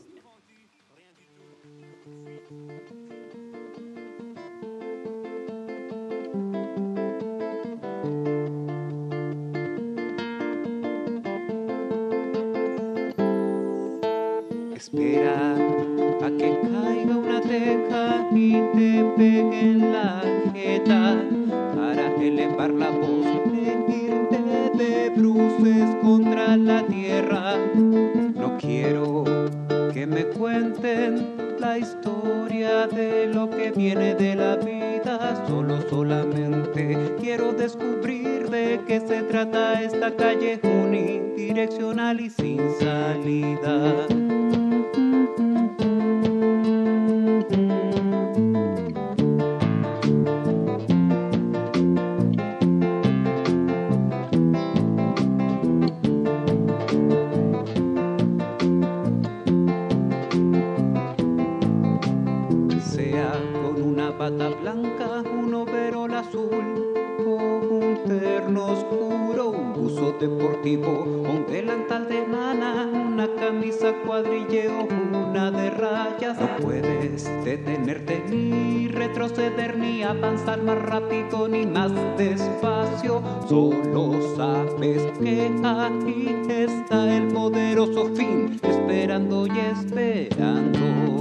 Espera a que caiga una teja y te pegue en la jeta para elevar la voz, irte de bruces contra la tierra. No quiero que me cuenten la historia de lo que viene de la vida, solo solamente quiero descubrir de qué se trata esta callejón unidireccional y sin salida. oscuro, un buzo deportivo, un delantal de lana, una camisa cuadrilleo, una de rayas. No puedes detenerte ni retroceder ni avanzar más rápido ni más despacio. Solo sabes que ahí está el poderoso fin, esperando y esperando.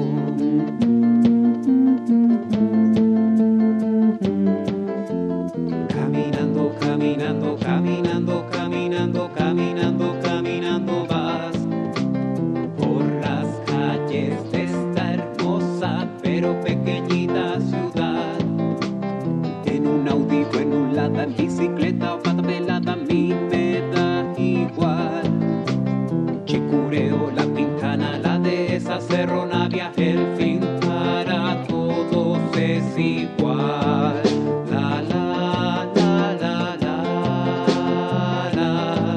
Caminando, caminando, caminando, caminando, caminando, caminando vas por las calles de esta hermosa pero pequeñita ciudad. En un Audi o en un Lada, en bicicleta o pata pelada, a mí me da igual. Chicureo la pintana, la de esa cerronavia, el fin para todos es igual. La la la la la la.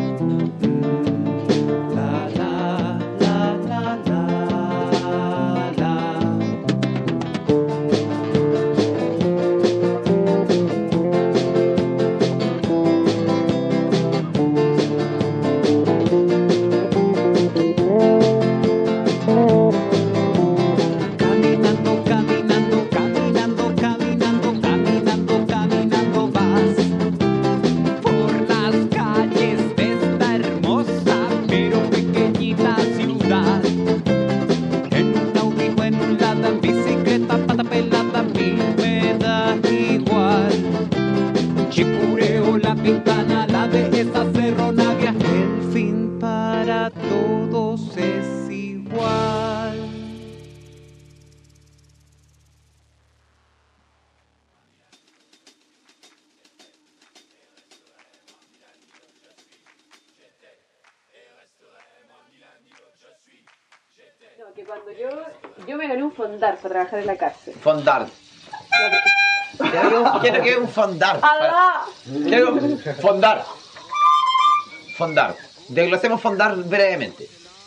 Mm, la la la la la la. Caminando, caminando, caminando, caminando, caminando, caminando vas por las calles de esta hermosa pero pequeñita ciudad. En un Audi o en un Lada, en bicicleta, pata pelada, a mí me da igual. Chicureo la pintana, la de esa cerronavia, el fin para todos es igual. No, que cuando yo, yo me gané un fondar para trabajar en la cárcel. Fondar. Quiero, quiero que un fondar. ¡Alá! Quiero fondar. Fondar. Desglosemos fondar brevemente.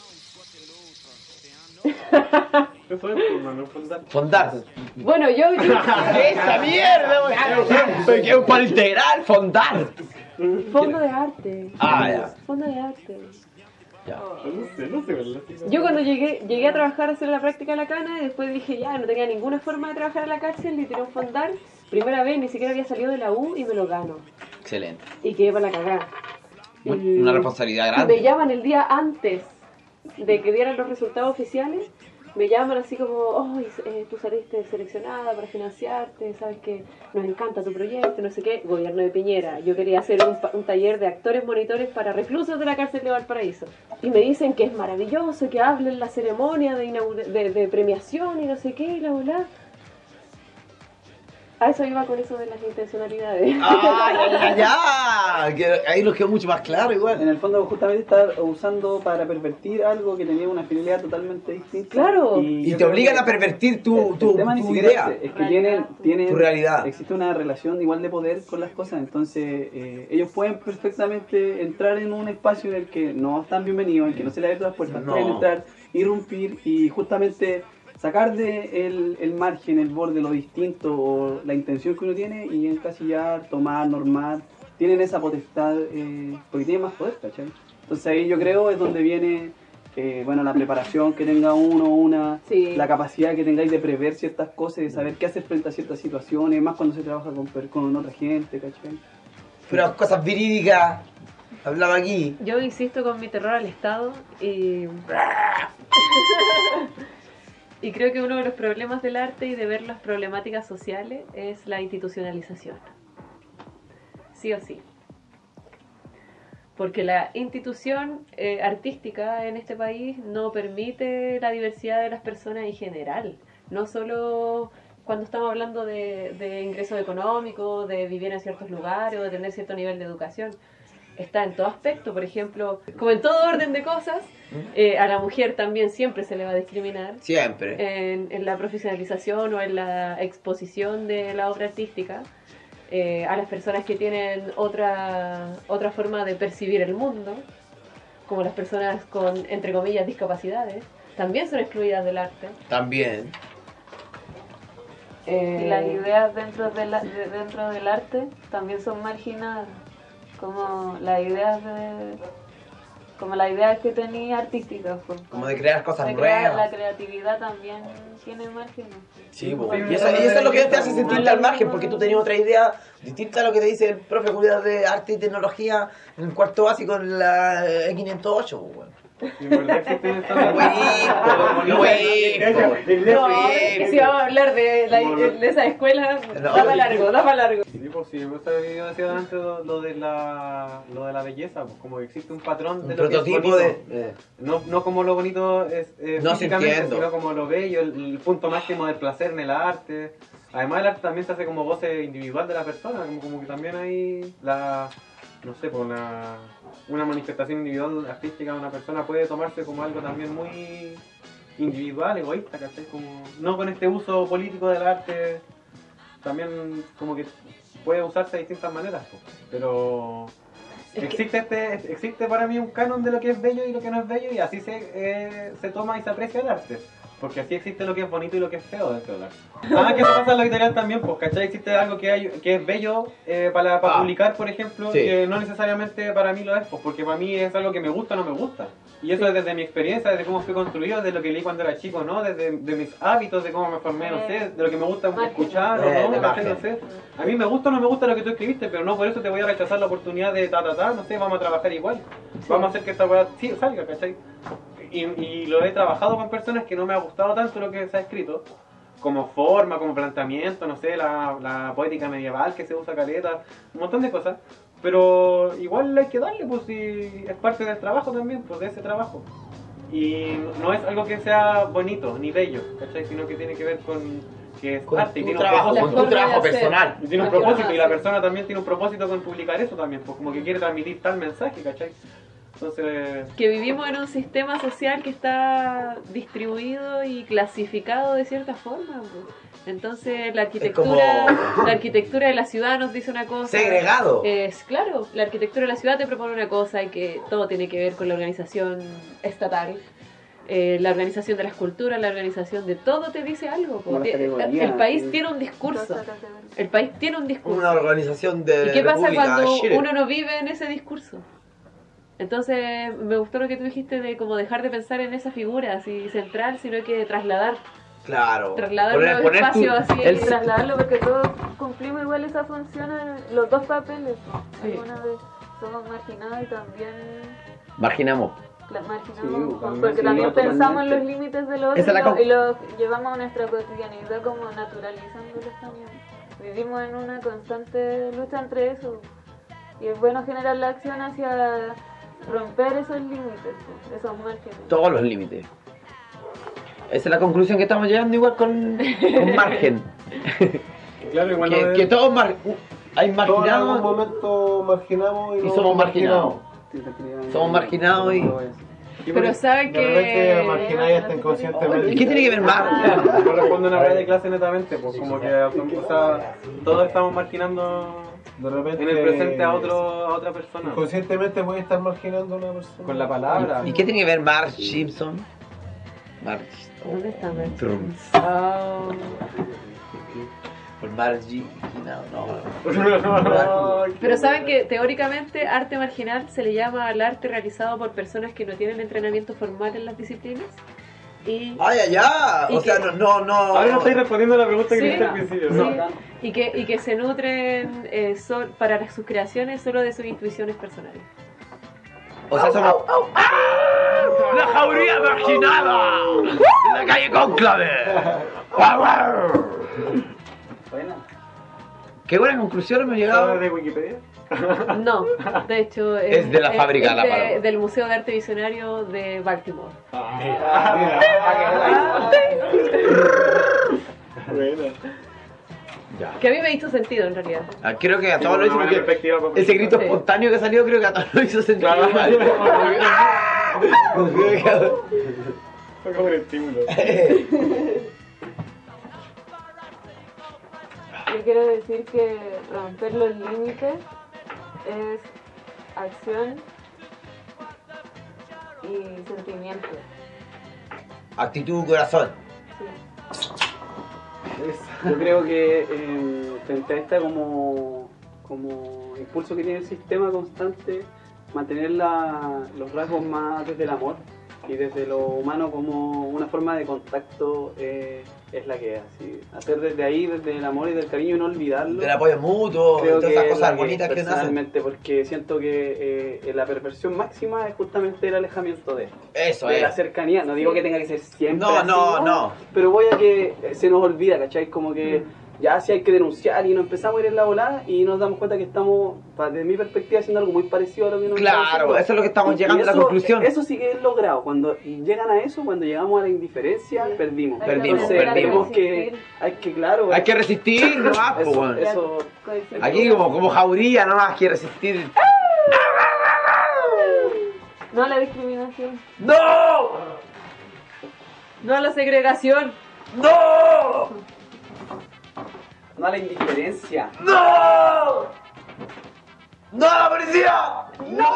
Eso es, hermano, fondar. Fondar. Bueno, yo... ¡Esa mierda! Porque es para integrar, fondar. Fondo de arte. Ah, ya. Fondo de arte. Ya. No sé, no sé, ¿verdad? Yo cuando llegué, llegué a trabajar a hacer la práctica en la cana y después dije ya, no tenía ninguna forma de trabajar en la cárcel y tiré un fondar. Primera vez, ni siquiera había salido de la U y me lo gano. Excelente. Y quedé para la cagada. Y- Una responsabilidad y me grande. llaman el día antes de que dieran los resultados oficiales. Me llaman así como, oh, eh, tú saliste seleccionada para financiarte, sabes que nos encanta tu proyecto, no sé qué. Gobierno de Piñera. Yo quería hacer un, pa- un taller de actores monitores para reclusos de la cárcel de Valparaíso. Y me dicen que es maravilloso, que hable en la ceremonia de, inaugura- de, de premiación y no sé qué, y la bola. A eso iba con eso de las intencionalidades. ¡Ah, ya, ya, ya! Que ahí nos quedó mucho más claro igual. En el fondo justamente estar usando para pervertir algo que tenía una finalidad totalmente distinta. Claro. Y yo te creo obligan que a pervertir tu, el tu, tema ni tu siquiera idea. ese, es que tienen, tienen Tu realidad. existe una relación igual de poder con las cosas, entonces eh, ellos pueden perfectamente entrar en un espacio en el que no están bienvenidos, en el que no se les abre las puertas, No. pueden entrar, irrumpir y justamente sacar de el, el margen, el borde, lo distinto o la intención que uno tiene y encasillar, tomar, normar. Tienen esa potestad eh, porque tienen más poder, ¿cachai? Entonces ahí yo creo es donde viene eh, bueno, la preparación que tenga uno, una, Sí. la capacidad que tengáis de prever ciertas cosas, de saber qué hacer frente a ciertas situaciones, más cuando se trabaja con, per- con otra gente, ¿cachai? Pero cosas verídicas. Hablaba aquí. Yo insisto con mi terror al Estado y... y creo que uno de los problemas del arte y de ver las problemáticas sociales es la institucionalización. Sí o sí. Porque la institución eh, artística en este país no permite la diversidad de las personas en general. No solo cuando estamos hablando de, de ingresos económicos, de vivir en ciertos lugares o de tener cierto nivel de educación. Está en todo aspecto, por ejemplo, como en todo orden de cosas, eh, a la mujer también siempre se le va a discriminar. Siempre. En, en la profesionalización o en la exposición de la obra artística. Eh, a las personas que tienen otra, otra forma de percibir el mundo, como las personas con, entre comillas, discapacidades, también son excluidas del arte. También. Eh, Y las ideas dentro, de la- de- dentro del arte también son marginadas. como las ideas de como las ideas que tenía artísticas, pues. Como de crear cosas De crear- nuevas. la creatividad también tiene margen. Sí, po. y, eso, y eso es lo que te hace sentirte al margen, porque tú tenías otra idea distinta a lo que te dice el profe Julián de Arte y Tecnología en el cuarto básico en la E quinientos ocho, po, weón. Y en verdad existen estas No, Si vamos a hablar de, la, de esa escuela, da para largo, da para largo. Sí, pues sí, yo decía antes lo, lo de la lo de la belleza, pues como que existe un patrón de Un lo que es prototipo bonito. de- eh. No, no como lo bonito es eh, No, sí físicamente, entiendo. sino como lo bello, el, el punto máximo del placer en el arte. Además el arte también se hace como voce individual de la persona, como, como que también hay la, no sé, pues una, una manifestación individual artística de una persona puede tomarse como algo también muy individual, egoísta, ¿cachai? Como, no con este uso político del arte, también como que puede usarse de distintas maneras, pues. Pero existe este existe para mí un canon de lo que es bello y lo que no es bello, y así se, eh, se toma y se aprecia el arte. Porque así existe lo que es bonito y lo que es feo dentro del arte. Ah, que eso pasa en la editorial también, pues, ¿cachai? Existe algo que, hay, que es bello eh, para, para Ah. publicar, por ejemplo, Sí. que no necesariamente para mí lo es, pues, porque para mí es algo que me gusta o no me gusta. Y eso es desde mi experiencia, desde cómo fui construido, desde lo que leí cuando era chico, ¿no? Desde de mis hábitos, de cómo me formé, no sé, de lo que me gusta escuchar Eh, o de no, ¿cachai? No sé. A mí me gusta o no me gusta lo que tú escribiste, pero no por eso te voy a rechazar la oportunidad de ta, ta, ta, no sé, vamos a trabajar igual. Vamos a hacer que esta weá sí, salga, ¿cachai? Y, y lo he trabajado con personas que no me ha gustado tanto lo que se ha escrito, como forma, como planteamiento, no sé, la, la poética medieval que se usa caleta, un montón de cosas, pero igual hay que darle, pues si es parte del trabajo también, pues de ese trabajo. Y no es algo que sea bonito ni bello, ¿cachai? Sino que tiene que ver con que es Con arte y tu tiene trabajo, un con propósito. tu trabajo personal. Y tiene un Ajá. propósito, y la persona también tiene un propósito con publicar eso también, pues como que quiere transmitir tal mensaje, ¿cachai? Entonces... Que vivimos en un sistema social que está distribuido y clasificado de cierta forma, pues. Entonces la arquitectura, como- la arquitectura de la ciudad nos dice una cosa. Segregado. Es claro, la arquitectura de la ciudad te propone una cosa y que todo tiene que ver con la organización estatal. Eh, la organización de las culturas, la organización de todo te dice algo. Como las Porque categorías, el país sí. tiene un discurso. El país tiene un discurso. Una organización de ¿Y qué pasa República cuando Chile. uno no vive en ese discurso? Entonces me gustó lo que tú dijiste de como dejar de pensar en esa figura así central, sino que trasladar, Claro. trasladar Poner- los poner tu- espacios así el- y trasladarlo porque todos cumplimos igual esa función en los dos papeles. Alguna vez somos marginados y también Marginamos. la marginamos Sí, porque totalmente, también sí, pensamos en totalmente. los límites de los Esa es la otros y con- los llevamos a nuestra cotidianidad como naturalizándolos también. Vivimos en una constante lucha entre eso y es bueno generar la acción hacia romper esos límites, pues, esos márgenes. Todos los límites. Esa es la conclusión que estamos llegando igual con, con margen. Claro, igual que, no es- que todos mar- hay Todos en algún marginados momento marginamos y, y no somos marginados. marginados. Somos marginados y... Pero saben De repente que margináis hasta inconscientemente. ¿Y qué tiene que ver más? Corresponde a una red de clase netamente, pues como que o sea, todos estamos marginando De repente, en el presente a otro a otra persona. Inconscientemente voy a estar marginando a una persona. Con la palabra. ¿Y qué tiene que ver Marge Simpson? Marge. ¿Dónde está Marge? Trumps. Oh. Por Margie. No, no. Pero saben que teóricamente arte marginal se le llama al arte realizado por personas que no tienen entrenamiento formal en las disciplinas. Y, ¡Ay, ay, ay! Y O sea, que- no, no, no. Ahora no estoy respondiendo a la pregunta que Sí, hiciste al principio. sí, ¿no? y, que, y que se nutren eh, sol- para sus creaciones solo de sus intuiciones personales. O sea, somos... ¡La jauría marginada! ¡En la calle Cónclave! Buena. ¡Qué buena conclusión hemos llegado! ¿Sabes de Wikipedia? No, de hecho Es de la fábrica de la de- palabra. del Museo de Arte Visionario de Baltimore. Buena. Ya. Que a mí me hizo sentido en realidad. Ah, creo que a todos lo hizo Una porque perspectiva para- ese grito Sí. espontáneo que salió creo que a todos lo hizo sentir Claro. igual. Fue como un estímulo. Yo quiero decir que romper los límites es acción y sentimiento. Actitud, corazón. Sí. Yo creo que eh, frente a esta como como impulso que tiene el sistema constante, mantener la, los rasgos más desde el amor y desde lo humano como una forma de contacto eh, es la que es. Así, hacer desde ahí, desde el amor y del cariño y no olvidarlo. Del apoyo mutuo, creo todas que esas es cosas la bonitas que nacen. personalmente, porque siento que eh, la perversión máxima es justamente el alejamiento de Eso de es. la cercanía. No digo que tenga que ser siempre No, así, no, no. pero voy a que eh, se nos olvida, ¿cachai? Como que ya si hay que denunciar y nos empezamos a ir en la volada y nos damos cuenta que estamos, pa- desde mi perspectiva, haciendo algo muy parecido a lo que nos Claro, está haciendo. eso es lo que estamos Y- llegando y a la eso- conclusión. Eso sí que es logrado. Cuando llegan a eso, cuando llegamos a la indiferencia, perdimos. Perdimos, Entonces, perdimos. tenemos que, hay que, claro. Hay que resistir, no más, Eso, pues, bueno. eso, Aquí como, como jauría, no más hay que resistir. No a la discriminación. ¡No! No a la segregación. ¡No! No a la indiferencia. ¡No! ¡No a la policía! ¡No!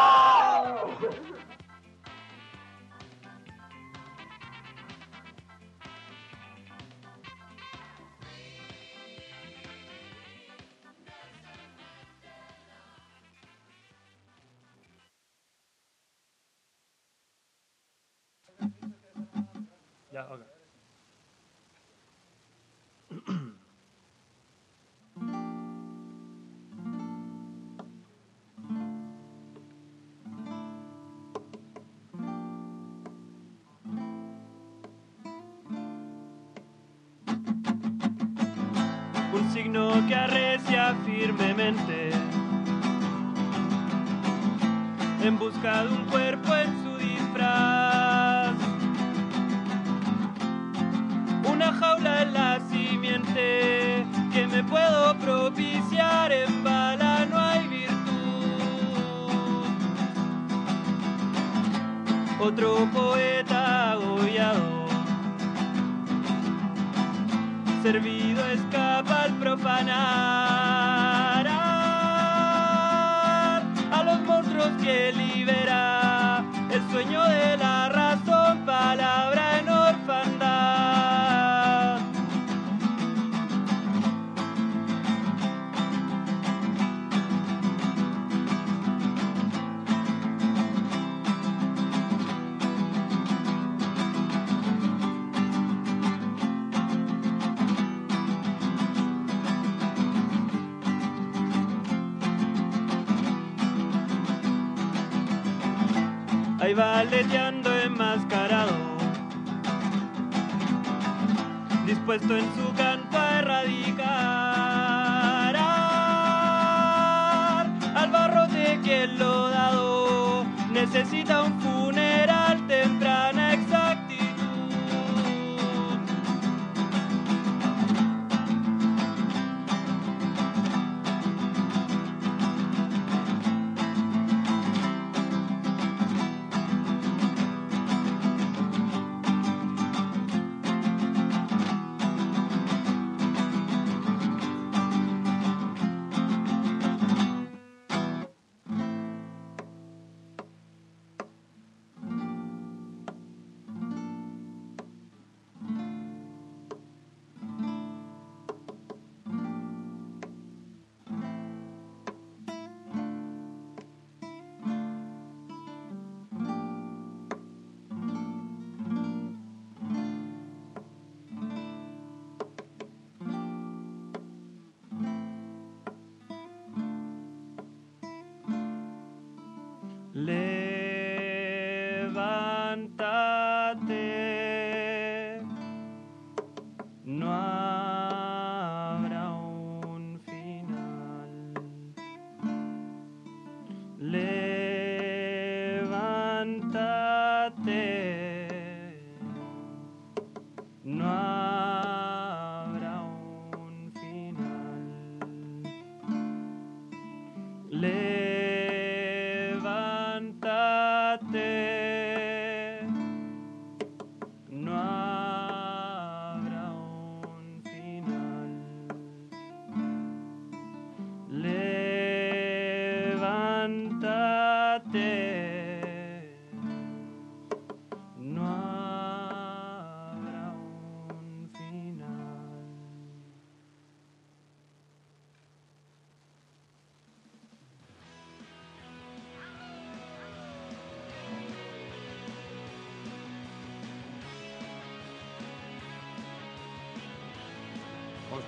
Ya, ok. Un signo que arrecia firmemente en busca de un cuerpo en su disfraz. Una jaula en la simiente que me puedo propiciar, en bala no hay virtud. Otro poeta agobiado, servido escapa al profanar a los monstruos que libera el sueño de la razón, palabra en orfandad. Ahí va aleteando enmascarado, dispuesto en su canto a erradicar al barrote que lo dado necesita un funeral, temprana exactitud. Levántate, no habrá un final. Levántate, no habrá un final. Levántate, no habrá un final. Levántate.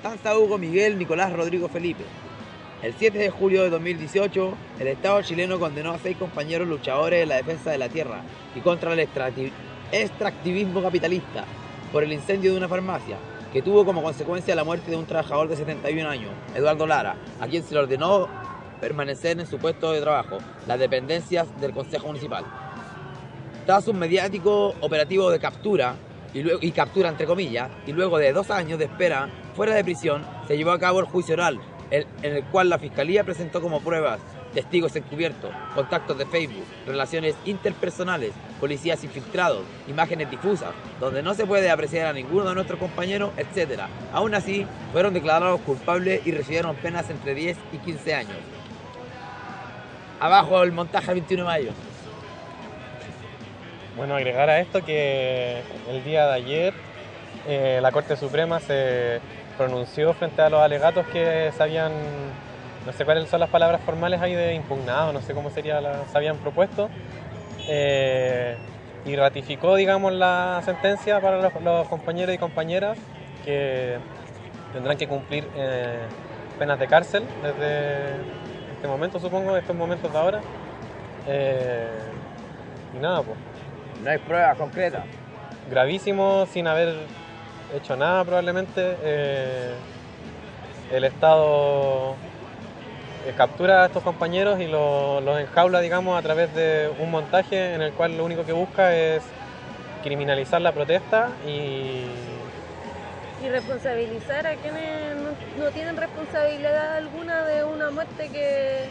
Constanza, Hugo, Miguel, Nicolás, Rodrigo, Felipe. El siete de julio de dos mil dieciocho, el Estado chileno condenó a seis compañeros luchadores en la defensa de la tierra y contra el extracti- extractivismo capitalista por el incendio de una farmacia, que tuvo como consecuencia la muerte de un trabajador de setenta y un años, Eduardo Lara, a quien se le ordenó permanecer en su puesto de trabajo, las dependencias del Consejo Municipal. Tras un mediático operativo de captura, y, luego, y captura entre comillas, y luego de dos años de espera fuera de prisión, se llevó a cabo el juicio oral, el, en el cual la Fiscalía presentó como pruebas testigos encubiertos, contactos de Facebook, relaciones interpersonales, policías infiltrados, imágenes difusas, donde no se puede apreciar a ninguno de nuestros compañeros, etcétera. Aún así, fueron declarados culpables y recibieron penas entre diez y quince años. Abajo el montaje el veintiuno de mayo. Bueno, agregar a esto que el día de ayer eh, la Corte Suprema se pronunció frente a los alegatos que se habían, no sé cuáles son las palabras formales ahí de impugnado, no sé cómo sería la, se habían propuesto, eh, y ratificó, digamos, la sentencia para los, los compañeros y compañeras que tendrán que cumplir eh, penas de cárcel desde este momento, supongo, estos momentos de ahora. Eh, y nada, pues. No hay pruebas concretas. Gravísimo, sin haber hecho nada probablemente. Eh, el Estado eh, captura a estos compañeros y lo- los enjaula, digamos, a través de un montaje en el cual lo único que busca es criminalizar la protesta y, Y responsabilizar a quienes no, no tienen responsabilidad alguna de una muerte que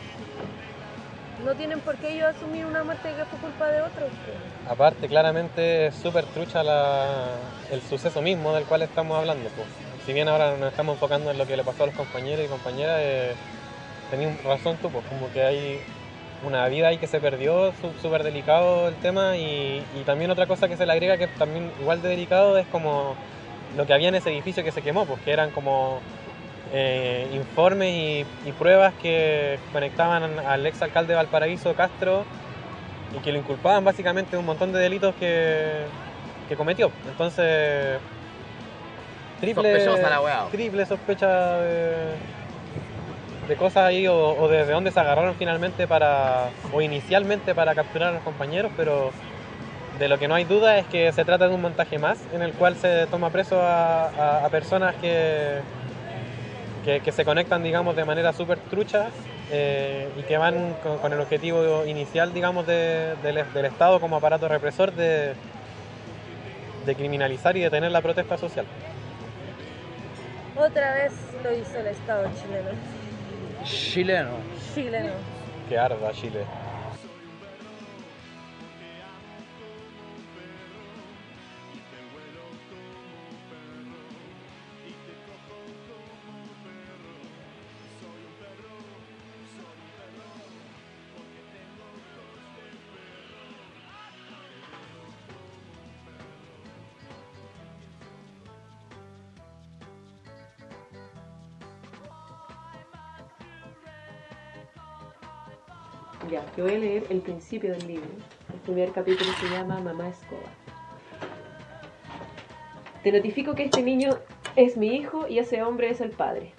no tienen por qué ellos asumir una muerte que fue culpa de otros. aparte, claramente es súper trucha la, el suceso mismo del cual estamos hablando, pues. Si bien ahora nos estamos enfocando en lo que le pasó a los compañeros y compañeras, eh, tenías razón tú, pues como que hay una vida ahí que se perdió, su- súper delicado el tema, y, y también otra cosa que se le agrega que es también igual de delicado es como lo que había en ese edificio que se quemó, pues que eran como eh, informes y, y pruebas que conectaban al ex alcalde de Valparaíso, Castro, y que lo inculpaban básicamente de un montón de delitos que, que cometió. Entonces, triple, Sospechosa la weá. triple sospecha de, de cosas ahí, o, o desde dónde se agarraron finalmente para, o inicialmente para capturar a los compañeros, pero de lo que no hay duda es que se trata de un montaje más en el cual se toma preso a, a- a personas que, que, que se conectan, digamos, de manera súper trucha, eh, y que van con, con el objetivo inicial, digamos, de- del, del Estado como aparato represor de, de criminalizar y detener la protesta social. Otra vez lo hizo el Estado chileno. Chileno. Chileno. Que arda Chile. Ya, que voy a leer el principio del libro. El primer capítulo se llama Mamá Escoba. Te notifico que este niño es mi hijo y ese hombre es el padre,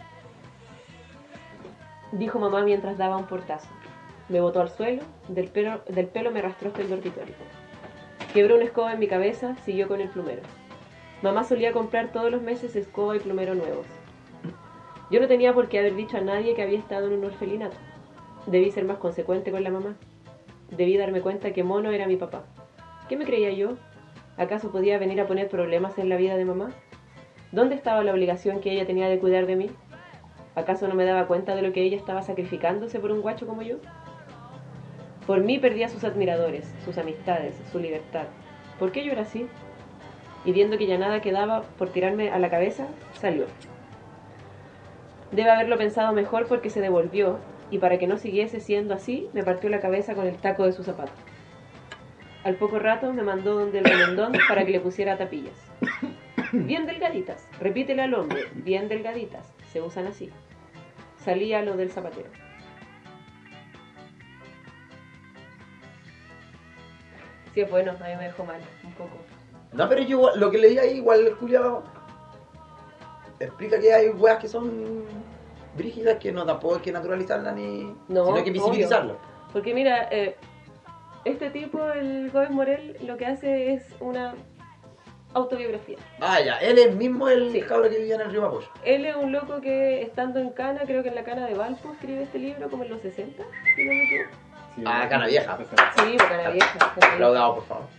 dijo mamá mientras daba un portazo. Me botó al suelo, del pelo, del pelo me arrastró hasta el dormitorio. Quebró una escoba en mi cabeza, siguió con el plumero. Mamá solía comprar todos los meses escoba y plumero nuevos. Yo no tenía por qué haber dicho a nadie que había estado en un orfelinato. Debí ser más consecuente con la mamá. Debí darme cuenta que Mono era mi papá. ¿Qué me creía yo? ¿Acaso podía venir a poner problemas en la vida de mamá? ¿Dónde estaba la obligación que ella tenía de cuidar de mí? ¿Acaso no me daba cuenta de lo que ella estaba sacrificándose por un guacho como yo? Por mí perdía sus admiradores, sus amistades, su libertad. ¿Por qué yo era así? Y viendo que ya nada quedaba por tirarme a la cabeza, salió. Debe haberlo pensado mejor porque se devolvió, y para que no siguiese siendo así, me partió la cabeza con el taco de su zapato. Al poco rato me mandó donde el remendón para que le pusiera tapillas. Bien delgaditas, repítele al hombre, bien delgaditas, se usan así. Salía lo del zapatero. Sí, es bueno, a mí me dejó mal, un poco. No, pero yo igual- lo que leí ahí, igual, Julián, explica que hay weas que son brígidas, que no tampoco hay que naturalizarlas ni. No, sino hay que visibilizarlas. obvio. Porque mira, eh, este tipo, el Gómez Morel, lo que hace es una autobiografía. Ah, ya, él es mismo el sí. cabro que vivía en el río Mapocho. Él es un loco que estando en Cana, creo que en la Cana de Valpo, escribe este libro como en los sesenta, si no me equivoco. Sí, ah, Cana Vieja. Sí, Cana Vieja. Aplaudado, por favor.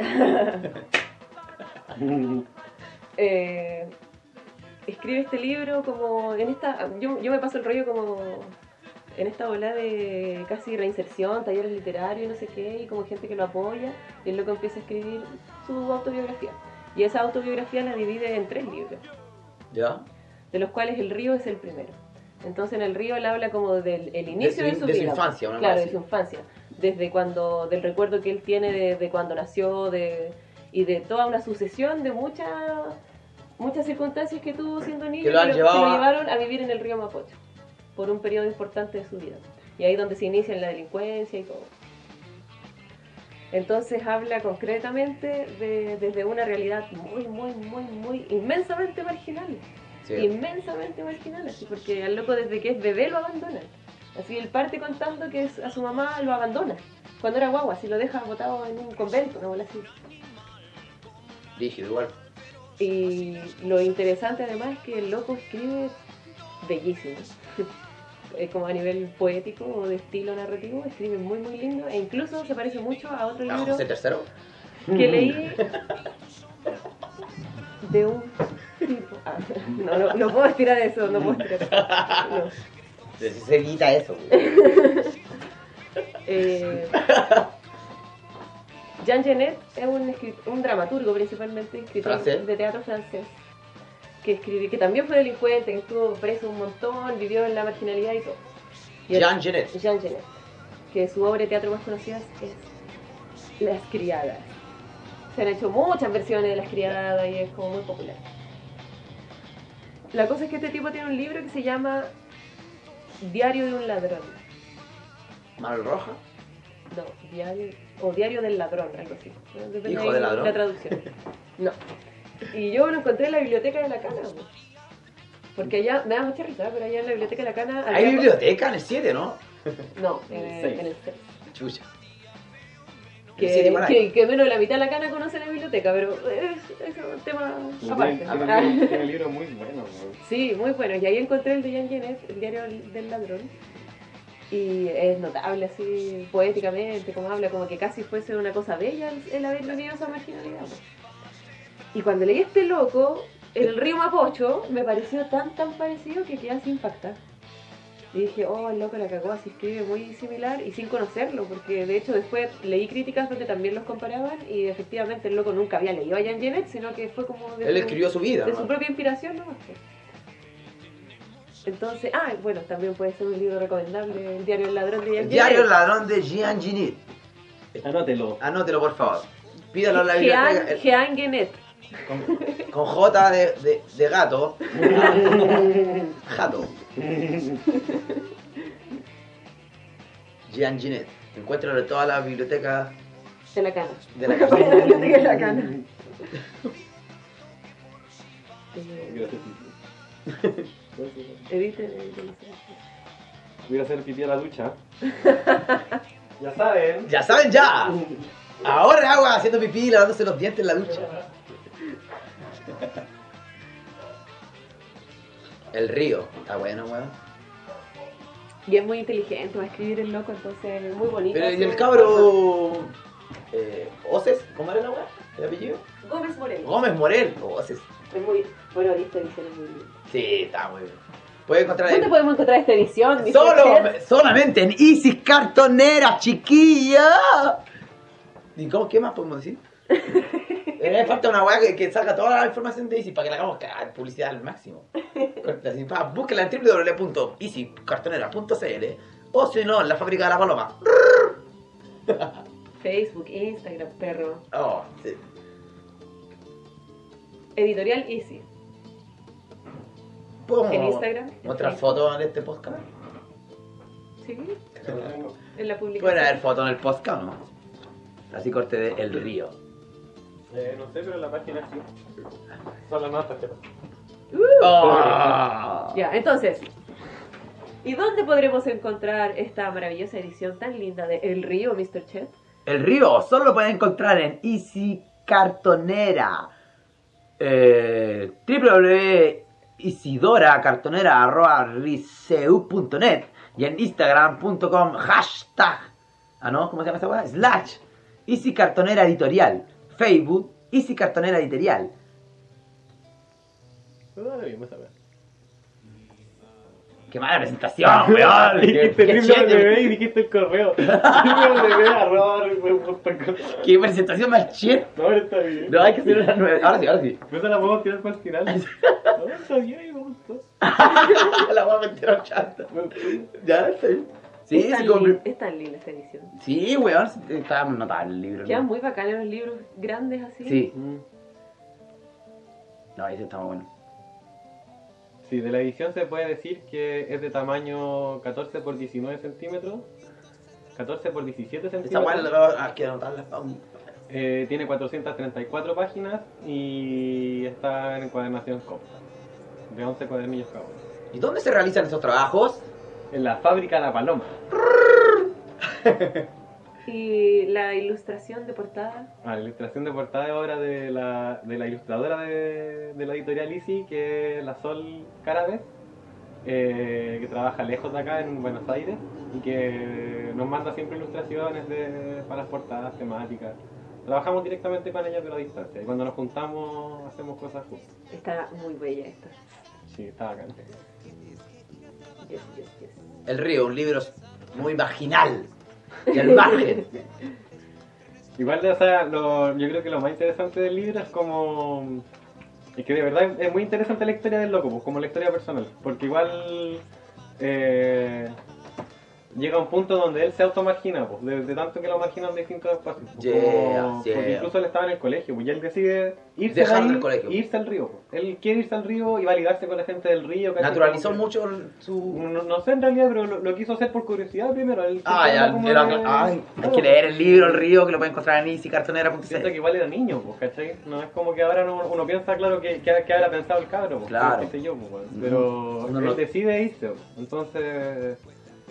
eh, escribe este libro como en esta... Yo, yo me paso el rollo como en esta ola de casi reinserción, talleres literarios y no sé qué, y como gente que lo apoya, y el loco empieza a escribir su autobiografía. Y esa autobiografía la divide en tres libros. ¿Ya? De los cuales El río es el primero. Entonces en El río él habla como del el inicio de su, de su, de su infancia, una claro, de su infancia. Desde cuando, del recuerdo que él tiene de, de cuando nació, de, y de toda una sucesión de muchas muchas circunstancias que tuvo siendo niño que lo, han que, lo, llevado que lo a... llevaron a vivir en el río Mapocho por un periodo importante de su vida. Y ahí es donde se inicia en la delincuencia y todo. Entonces habla concretamente de, desde una realidad muy, muy, muy, muy inmensamente marginal. Sí. Inmensamente marginal, así, porque al loco desde que es bebé lo abandonan. Así él parte contando que a su mamá lo abandona cuando era guagua, así lo deja botado en un convento, una bola así. Rígido igual. Y lo interesante además es que el loco escribe bellísimo. Como a nivel poético o de estilo narrativo, escribe muy muy lindo e incluso se parece mucho a otro ¿A libro José tercero? que leí de un tipo. Ah, no, no, no puedo estirar eso, no puedo estirar eso. No. Si se evita eso. eh, Jean Genet es un, un dramaturgo principalmente, escritor ¿Francés? de teatro francés. Que escribió, que también fue delincuente, que estuvo preso un montón, vivió en la marginalidad y todo. Y Jean Genet. Jean Genet. Que su obra de teatro más conocida es Las Criadas. Se han hecho muchas versiones de Las Criadas y es como muy popular. La cosa es que este tipo tiene un libro que se llama Diario de un ladrón. ¿Manuel Roja? No, diario, o Diario del ladrón, algo así. Depende ¿Hijo del ladrón? La traducción. No. Y yo lo encontré en la biblioteca de la Cana, porque allá, me da mucha risa, pero allá en la biblioteca de la Cana... ¿Hay había... biblioteca en el siete, no? No, en el, en el seis. Chucha. Que, que, que menos de la mitad de la Cana conoce la biblioteca, pero es, es un tema aparte. Tiene, tiene libros muy buenos. Sí, muy buenos. Y ahí encontré el de Jean Genet, el diario del ladrón. Y es notable así, poéticamente, como habla, como que casi fuese una cosa bella el, el haber vivido esa marginalidad. Y cuando leí este loco, El río Mapocho, me pareció tan tan parecido que quedé así impactada. Y dije, oh, el loco la cagó, así escribe muy similar y sin conocerlo, porque de hecho después leí críticas donde también los comparaban y efectivamente el loco nunca había leído a Jean Genet, sino que fue como de, Él su, escribió su vida, de ¿no? su propia inspiración, ¿no? Entonces, ah, bueno, también puede ser un libro recomendable, El Diario del Ladrón de Jean Genet. El Diario del Ladrón de Jean Genet. Anótelo. Anótelo, por favor. Pídalo a la biblioteca. Jean Genet. Con, con J de, de, de gato. Jato. Jean Genet. Encuéntralo en todas las bibliotecas de la Cana. De la Cana. De la biblioteca de la Cana. Editen, editen. Voy a hacer pipí a la ducha. Ya saben. Ya saben ya. Ahora agua haciendo pipí y lavándose los dientes en la ducha. El río. Está bueno, weón. Y es muy inteligente, va a escribir el loco, entonces es muy bonito. Pero y el cabro... Eh, ¿Oces? ¿Cómo era la weá? ¿El apellido? Gómez Morel. Gómez Morel. Oces. Es muy... Bueno, esta edición es muy linda. Sí, está muy bien. Puedes encontrar... ¿Dónde podemos encontrar esta edición? Solo, solamente en Isis Cartonera, chiquilla. ¿Y cómo, qué más podemos decir? Me falta una weá que, que salga toda la información de Isis para que la hagamos cagar, publicidad al máximo. Búsquela en w w w punto isis cartonera punto c l o si no, en la fábrica de la paloma. Facebook, Instagram, perro. Oh, sí. Editorial Easy. ¿Podemos en Instagram? mostrar fotos en este podcast? Sí. En la publicación. Pueden haber fotos en el podcast, ¿no? Así corte de El Río. Eh, no sé, pero en la página sí. Son las notas que pasan. Uh. Oh. Ya, entonces, ¿y dónde podremos encontrar esta maravillosa edición tan linda de El Río, mister Chet? El Río solo lo pueden encontrar en Easy Cartonera. Eh, w w w punto isidora cartonera arroba riseu punto net y en instagram punto com hashtag ah no, ¿cómo se llama esa weá? Slash Easy Cartonera Editorial, Facebook Easy Cartonera Editorial. Qué mala presentación, weón. Dijiste Qué triple chete. W y dijiste el correo. Triple arroba Qué presentación más chet. No, está bien. No, hay que hacer una nueva. Ahora sí, ahora sí. Esa la podemos tirar para el final. No, está bien, me gustó. La voy a meter a chata. Ya, está bien. Sí, es, tan sí, como- lin- es tan linda esta edición. Sí, weón, está notable el libro. Quedan ¿no? muy bacanos los libros grandes así. Sí. No, ese está muy bueno. Sí, de la edición se puede decir que es de tamaño catorce por diecinueve centímetros, catorce por diecisiete Esa centímetros. weón la va a que anotarla pa' un- Eh, tiene cuatrocientas treinta y cuatro páginas y está en encuadernación C O P, de once cuadernillos cada uno. ¿Y dónde se realizan esos trabajos? En la fábrica La Paloma. Y la ilustración de portada. Ah, la ilustración de portada es obra de la, de la ilustradora de, de la editorial Easy, que es la Sol Carabes, eh, que trabaja lejos de acá en Buenos Aires y que nos manda siempre ilustraciones de, para las portadas temáticas. Trabajamos directamente con ella pero a distancia y cuando nos juntamos hacemos cosas juntos. Está muy bella esta. Sí, está bacán. Yes, yes, yes. El Río, un libro muy vaginal y al margen. Igual, o sea, lo, yo creo que lo más interesante del libro es como... Es que de verdad es muy interesante la historia del loco, pues, como la historia personal. Porque igual eh, llega a un punto donde él se automargina, pues, de, de tanto que lo marginan de distintos espacios. Pues, Yeah, como- yeah. Porque incluso él estaba en el colegio, pues, y él decide irse Dejar de ahí, el colegio. irse al río. Pues. Él quiere irse al río y validarse con la gente del río. ¿cachai? Naturalizó Como que- mucho su... No, no sé en realidad, pero lo, lo quiso hacer por curiosidad primero. Él Ah, siempre ya, era como era- de- ay, hay que leer el libro El Río, que lo pueden encontrar en easy cartonera punto Siento c l. que igual era niño, pues, ¿cachai? No es como que ahora uno, uno piensa, claro, que, que, que habrá pensado el cabro, pues, Claro. qué sé yo, pues, bueno. Pero Uno él no- decide irse, pues. Entonces,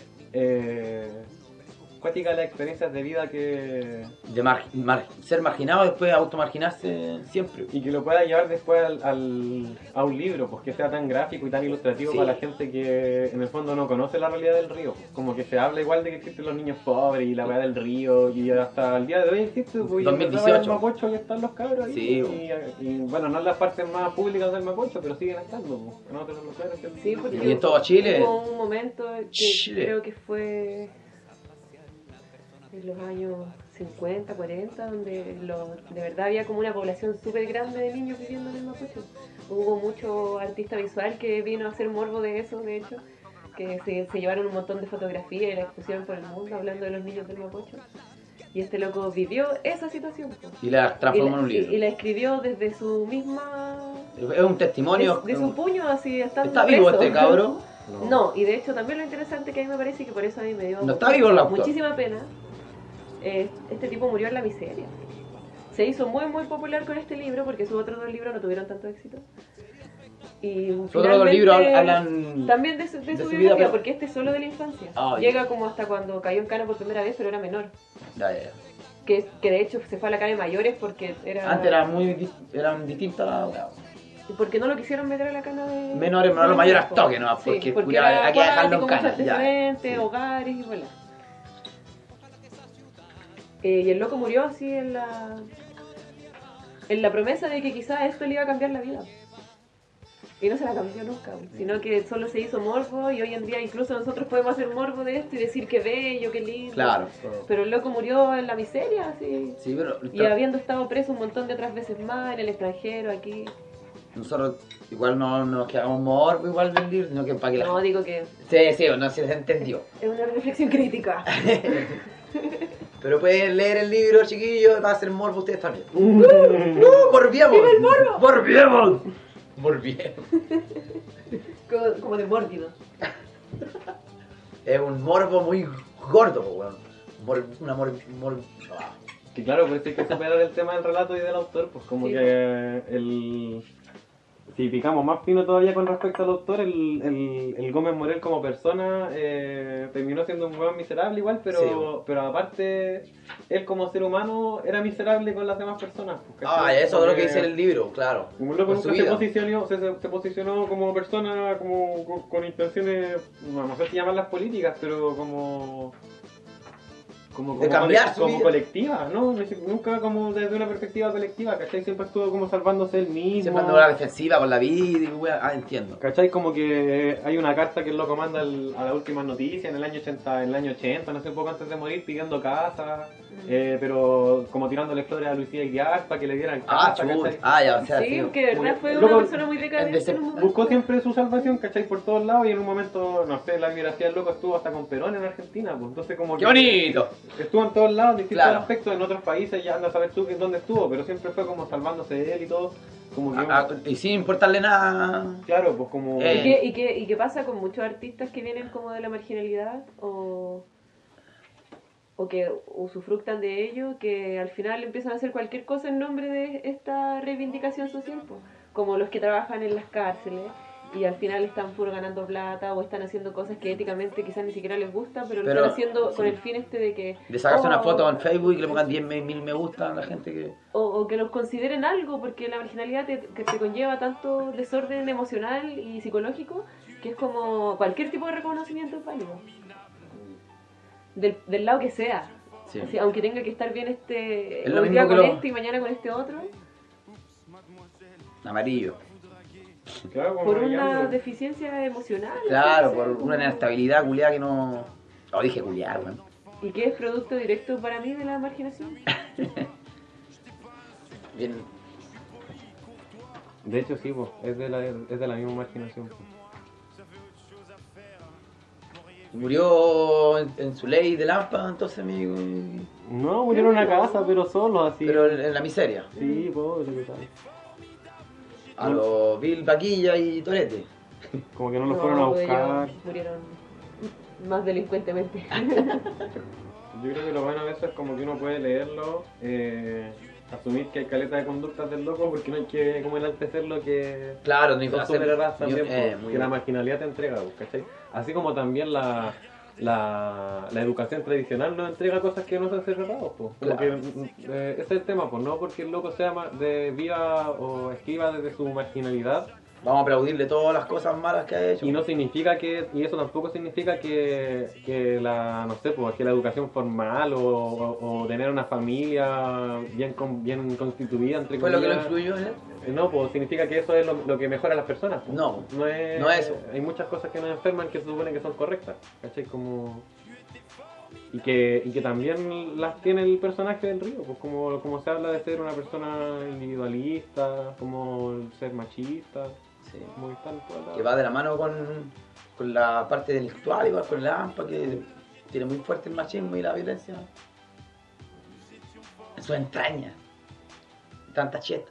eh, cuática las experiencias de vida que... De mar- mar- ser marginado y después automarginarse siempre. Y que lo pueda llevar después al, al- a un libro, pues que sea tan gráfico y tan ilustrativo Sí. para la gente que en el fondo no conoce la realidad del río. Pues, como que se habla igual de que existen los niños pobres y la weá del río, y hasta el día de hoy existe, pues, y dos mil en dieciocho. el Mapocho y están los cabros ahí. Sí, pues, y, y, bueno, no en las partes más públicas del Mapocho, pero siguen estando, pues, en otros lugares. que- Sí, porque Y en todo Chile. hubo un momento que Chile. creo que fue en los años cincuenta, cuarenta, donde lo- de verdad había como una población súper grande de niños viviendo en el Mapocho. Hubo mucho artista visual que vino a hacer morbo de eso, de hecho, que se, se llevaron un montón de fotografías y las expusieron por el mundo hablando de los niños del Mapocho. Y este loco vivió esa situación. po. Y la transformó Y la- en un libro. Y, y la escribió desde su misma... Es un testimonio. De, de su puño, así, estando ¿Está vivo preso. este cabro? No, y de hecho también lo interesante que a mí me parece que por eso a mí me dio No está vivo el autor. muchísima pena. eh, este tipo murió en la miseria. Se hizo muy muy popular con este libro porque sus otros dos libros no tuvieron tanto éxito. Y Sus otros dos libros hablan también de su, de de su su biografía, vida, pero- porque este es solo de la infancia. Ah, ya. Llega como hasta cuando cayó en cana por primera vez, pero era menor. Ya, ya, ya. Que, que de hecho se fue a la cana de mayores porque era... Antes era muy di- eran distintas las weas. Porque no lo quisieron meter a la cana de... Menores, menores, los mayores toques, ¿no? Sí, Porque, porque culiao, era hay que dejarlo en acuático, cana. muchos Ya. antecedentes, hogares y voilà. Eh, y el loco murió así en la... En la promesa de que quizás esto le iba a cambiar la vida. Y no se la cambió nunca, sino que solo se hizo morbo y hoy en día incluso nosotros podemos hacer morbo de esto y decir que bello, que lindo. Claro. Pero el loco murió en la miseria, así. Sí, pero Y habiendo estado preso un montón de otras veces más, en el extranjero, aquí. nosotros igual no nos quedamos morbo igual del libro, sino que para que la No, digo que Sí, sí, no sé si se entendió. es una reflexión crítica. Pero pueden leer el libro, chiquillos, va a ser morbo ustedes también. ¡Uh! ¡Uh! ¡Volviemos! ¡Viva el morbo! ¡Volviemos! Volviemos. como, como de mórbido. Es un morbo muy gordo, po, weón. Mor- una mor... mor- ah. Que claro, pues hay que superar el tema del relato y del autor, pues como Sí. que el, si picamos más fino todavía con respecto al autor, el, el, el Gómez Morel como persona eh, terminó siendo un hueón miserable igual, pero, Sí. pero aparte, él como ser humano era miserable con las demás personas. Ah, eso es lo que dice el libro, claro. Como loco Por su nunca se vida. posicionó, se, se, se posicionó como persona como con, con intenciones, no, no sé si llamarlas políticas, pero como... Como, De como cambiar cole- su como vida. colectiva, ¿no? Nunca como desde una perspectiva colectiva, ¿cachai? Siempre estuvo como salvándose él mismo. Siempre andó a la defensiva con la vida y wea. Ah, entiendo. ¿Cachai? Como que hay una carta que él lo comanda al- a las últimas noticias en el año ochenta, en el año ochenta, no sé, un poco antes de morir, pidiendo casa, eh, pero como tirándole flores a Lucía Iguiar para que le dieran Ah, casa, chut. ¿cachai? Ah, ya, o sea, Sí, sí. que de verdad fue Loco, una persona muy decadente en un momento. Buscó siempre su salvación, ¿cachai? Por todos lados y en un momento, no sé, la admiración del loco estuvo hasta con Perón en Argentina, pues entonces como ¡Qué que bonito! estuvo en todos lados, en distintos Claro. aspectos, en otros países ya anda a saber tú que dónde estuvo, pero siempre fue como salvándose de él y todo, como que... Ah, ah, y sin importarle nada. Claro, pues como... Eh. ¿Y qué, y, qué, ¿Y qué pasa con muchos artistas que vienen como de la marginalidad o, o que usufructan de ello, que al final empiezan a hacer cualquier cosa en nombre de esta reivindicación social? Po? Como los que trabajan en las cárceles y al final están puro ganando plata o están haciendo cosas que éticamente quizás ni siquiera les gustan, pero, lo Pero, están haciendo con sí. el fin este de que... De sacarse oh, una foto en Facebook y que le pongan diez mil me gusta a la gente que... O, o que los consideren algo, porque la marginalidad te, que te conlleva tanto desorden emocional y psicológico, que es como cualquier tipo de reconocimiento es válido. Del, del lado que sea. Sí. Así, aunque tenga que estar bien este Es lo hoy mismo día que con lo- este y mañana con este otro, Amarillo. Claro, como por rayando. una deficiencia emocional. Claro, no sé, por como- una inestabilidad culiada que no... Oh, dije culiada, weón. Y que es producto directo para mí de la marginación. Bien. De hecho sí, pues, es de la, es de la misma marginación. pues. Murió en, en su ley de Lampa, entonces amigo. No, murió en una casa, pero solo así. Pero en, en la miseria. Sí, pobre, ¿qué tal? A los Bill Vaquilla y Torete. Como que no lo fueron a buscar. Ellos murieron más delincuentemente. Yo creo que lo bueno de eso es como que uno puede leerlo, eh, asumir que hay caleta de conductas del loco porque no hay que como enaltecer lo que Claro, ni son hacer- súper erradas ni- también, eh, pues, muy que la bien. marginalidad te entrega, pues, ¿cachai? Así como también la, la, la educación tradicional nos entrega cosas que no son ser errados, pues. Como Claro. que mm, eh, ese es el tema, pues no porque el loco sea ma- de viva o esquiva desde su marginalidad. Vamos a aplaudirle todas las cosas malas que ha hecho. Y no significa que, y eso tampoco significa que, que la, no sé, pues que la educación formal o, o, o tener una familia bien con, bien constituida, entre ¿Fue lo que lo comillas, influyó en él? eh, no, pues significa que eso es lo, lo que mejora a las personas. pues. No, no es, no es eso. Hay muchas cosas que nos enferman que se supone que son correctas, ¿cachai? Como... Y que, y que también las tiene el personaje del río, pues como, como se habla de ser una persona individualista, como el ser machista, Sí. como que están todas las- Que va de la mano con, con la parte delictual, igual con el AMPA, que tiene muy fuerte el machismo y la violencia en sus entrañas. Tanta cheta.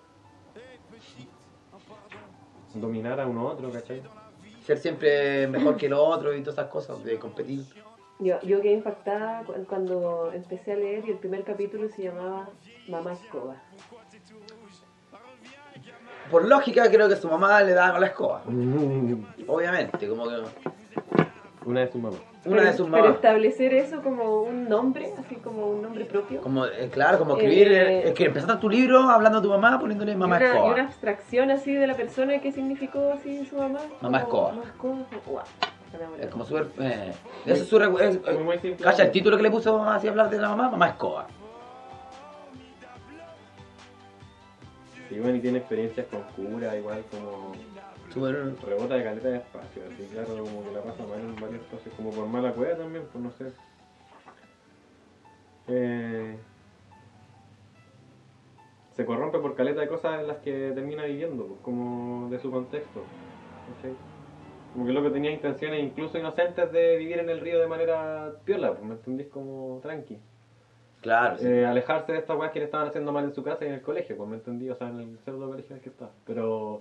dominar a uno otro, ¿cachai? Ser siempre mejor que el otro y todas esas cosas, de competir. Yo, yo quedé impactada cu- cuando empecé a leer y el primer capítulo se llamaba Mamá Escoba. Por lógica, creo que su mamá le daba con la escoba. Obviamente, como que Una de sus mamás. una de sus Pero mamás. establecer eso como un nombre, así como un nombre propio. Como, eh, claro, como escribir, Eh, es que empezaste tu libro hablando a tu mamá poniéndole Y mamá una, y escoba. una abstracción así de la persona que significó así su mamá. Mamá como Escoba. Mamá Escoba. Guau. Es como súper... Eh, eso es su... recu- es- eh, Cacha, el título que le puso así a hablar de la mamá, mamá escoba. Sí, bueno, y tiene experiencias con cura, igual como... Súper... Rebota de caleta de espacio, así claro, como que la pasa mal en varias cosas, como por mala cueva también, pues no sé. Eh... Se corrompe por caleta de cosas en las que termina viviendo, pues como de su contexto. ¿Cachai? Como que lo que tenía intenciones incluso inocentes de vivir en el río de manera piola, pues me entendís, como tranqui. Claro, sí. Eh, alejarse de estas weas que le estaban haciendo mal en su casa y en el colegio, pues me entendí, o sea, en el pseudo colegio en el que está. Pero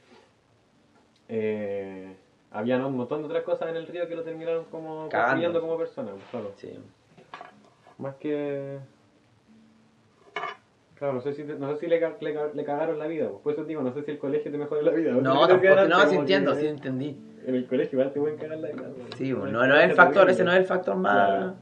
eh, había un montón de otras cosas en el río que lo terminaron como Cagando. construyendo como persona, pues, claro. Sí. Más que Claro, no sé si, no sé si le, le, le cagaron la vida, pues. Por eso digo, no sé si el colegio te mejoró la vida. No, tampoco, no, sí entiendo, sí entendí. En el colegio igual te pueden cagar la vida. ¿No? Sí, bueno, no, no es el factor, ese no es el factor más... Claro.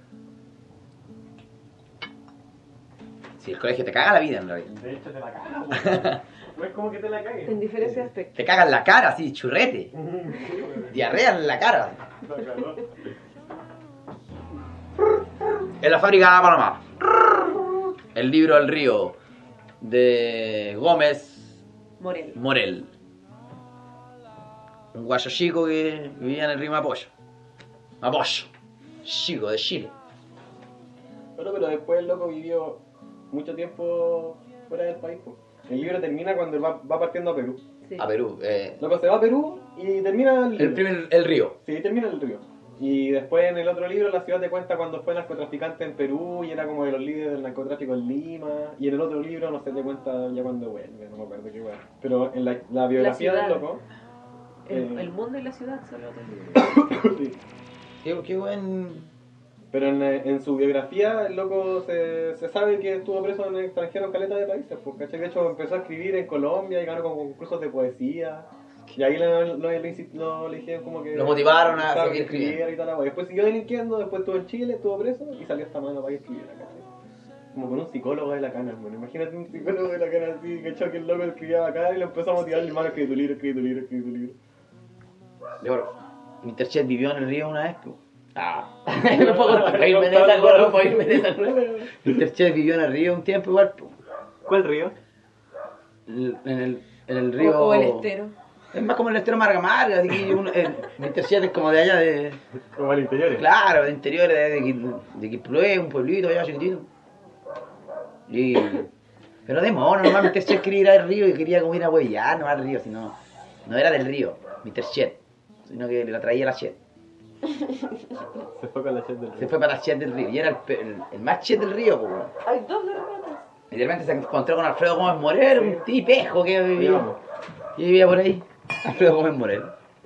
Sí, el colegio te caga la vida en realidad. De hecho te la caga, no es como que te la caguen. En diferentes aspectos. Te cagan la cara, así, churrete. Diarrea en la cara. En la fábrica de Panamá. El libro El río de Gómez Morel. Morel. Un guayo chico que vivía en el río Mapocho. Mapocho. Chico de Chile. Pero, pero después el loco vivió mucho tiempo fuera del país. Po. El libro termina cuando va, va partiendo a Perú. Sí. A Perú. Eh. Loco se va a Perú y termina el, el, primer, el río. Sí, termina el río. Y después en el otro libro la ciudad te cuenta cuando fue narcotraficante en Perú y era como de los líderes del narcotráfico en Lima. Y en el otro libro no sé, te cuenta ya cuando vuelve, no me acuerdo qué bueno. Pero en la, la biografía la del loco... El, eh, el mundo y la ciudad son los otros libros. Sí. Qué, qué buen... Pero en, en su biografía el loco se, se sabe que estuvo preso en el extranjero en caleta de países. Pues, ¿cachai? De hecho empezó a escribir en Colombia y ganó como concursos de poesía. Y ahí lo, lo, lo, lo, le dijeron como que... Lo motivaron a claro, seguir escribiendo. Y tal, después siguió delinquiendo, después estuvo en Chile, estuvo preso y salió esta mano para escribir acá. Como con un psicólogo de la cana, bueno. Imagínate un psicólogo de la cana así, que que el loco escribía acá y lo empezó a motivar, hermano, escribe tu libro, escribe tu libro, escribe tu libro. De oro. mister Chet vivió en el río una vez, pues. Ah, no puedo reírme de esa cosa, no puedo irme de esa cosa. mister Chet vivió en el río un tiempo igual, pues. ¿Cuál río? En el, en el río... O, o el estero. Es más como el estero Marga Marga, así que uno, eh, mister Chet es como de allá de... Como al interior. Claro, de interior, de, de, de Quilpué, un pueblito allá chiquitito. Y... Pero de mono, nomás mister Chet quería ir al río y quería como ir a huellar, no al río, sino... No era del río, mister Chet, sino que la traía la Chet. Se fue con la Chet del río. Se fue para la Chet del río, y era el, el, el más Chet del río, pues. Hay dos garrapatas. Y de repente se encontró con Alfredo Gómez Morel, un tipejo que vivía, que vivía por ahí. Alfredo Gómez Morel.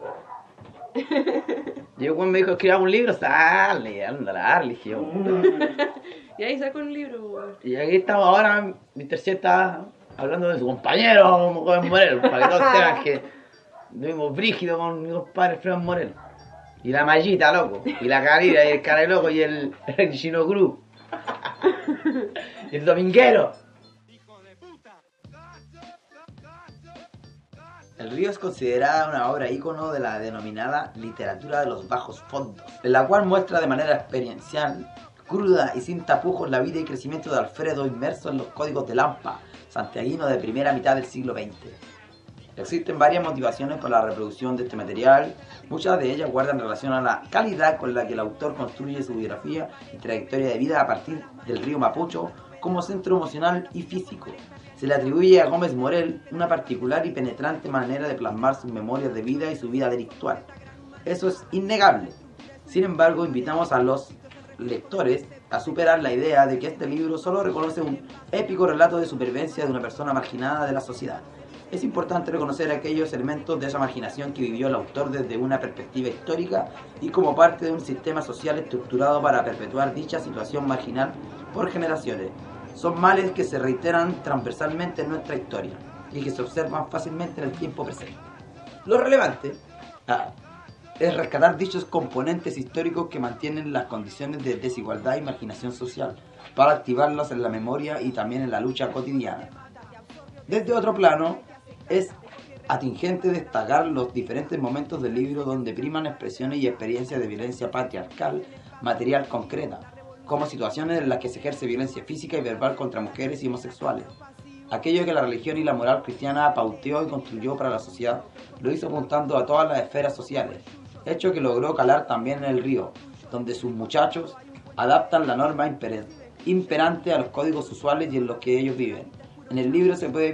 Y yo cuando me dijo escriba un libro, sale, anda, dale, dije yo. Y ahí sacó un libro. Y aquí estamos ahora, mister Chet está hablando de su compañero Gómez Morel, para que todos sepan que vivimos brígido con mi compadre Alfredo Morel. Y la mallita, loco, y la carita, y el cara de loco, y el, el Chino Cruz. Y el dominguero. El río es considerada una obra ícono de la denominada literatura de los bajos fondos, en la cual muestra de manera experiencial, cruda y sin tapujos la vida y crecimiento de Alfredo inmerso en los códigos de Lampa, santiaguino de primera mitad del siglo veinte. Existen varias motivaciones para la reproducción de este material, muchas de ellas guardan relación a la calidad con la que el autor construye su biografía y trayectoria de vida a partir del río Mapocho como centro emocional y físico. Se le atribuye a Gómez Morel una particular y penetrante manera de plasmar sus memorias de vida y su vida delictual. Eso es innegable. Sin embargo, invitamos a los lectores a superar la idea de que este libro solo reconoce un épico relato de supervivencia de una persona marginada de la sociedad. Es importante reconocer aquellos elementos de esa marginación que vivió el autor desde una perspectiva histórica y como parte de un sistema social estructurado para perpetuar dicha situación marginal por generaciones. Son males que se reiteran transversalmente en nuestra historia y que se observan fácilmente en el tiempo presente. Lo relevante ah, es rescatar dichos componentes históricos que mantienen las condiciones de desigualdad y marginación social, para activarlos en la memoria y también en la lucha cotidiana. Desde otro plano, es atingente destacar los diferentes momentos del libro donde priman expresiones y experiencias de violencia patriarcal, material concreta, como situaciones en las que se ejerce violencia física y verbal contra mujeres y homosexuales. Aquello que la religión y la moral cristiana pauteó y construyó para la sociedad, lo hizo apuntando a todas las esferas sociales, hecho que logró calar también en el río, donde sus muchachos adaptan la norma imper imperante a los códigos usuales y en los que ellos viven. En el libro se puede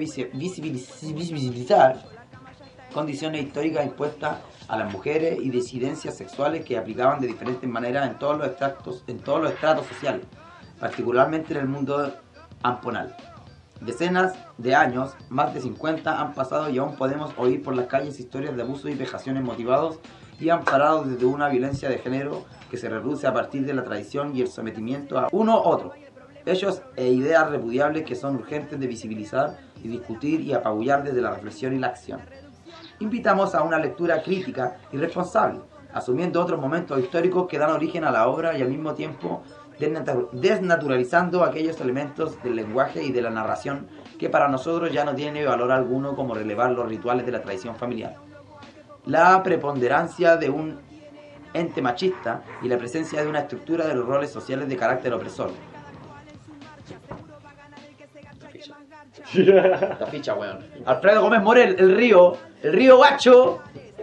visibilizar condiciones históricas impuestas a las mujeres y disidencias sexuales que aplicaban de diferentes maneras en todos los estratos, en todos los estratos sociales, particularmente en el mundo amponal. Decenas de años, más de cincuenta, han pasado y aún podemos oír por las calles historias de abusos y vejaciones motivados y amparados desde una violencia de género que se reduce a partir de la tradición y el sometimiento a uno u otro. hechos e ideas repudiables que son urgentes de visibilizar y discutir y apabullar desde la reflexión y la acción. Invitamos a una lectura crítica y responsable, asumiendo otros momentos históricos que dan origen a la obra y al mismo tiempo desnatu- desnaturalizando aquellos elementos del lenguaje y de la narración que para nosotros ya no tienen valor alguno, como relevar los rituales de la tradición familiar, la preponderancia de un ente machista y la presencia de una estructura de los roles sociales de carácter opresor. La ficha, weón. Alfredo Gómez Morel, el río, el río guacho.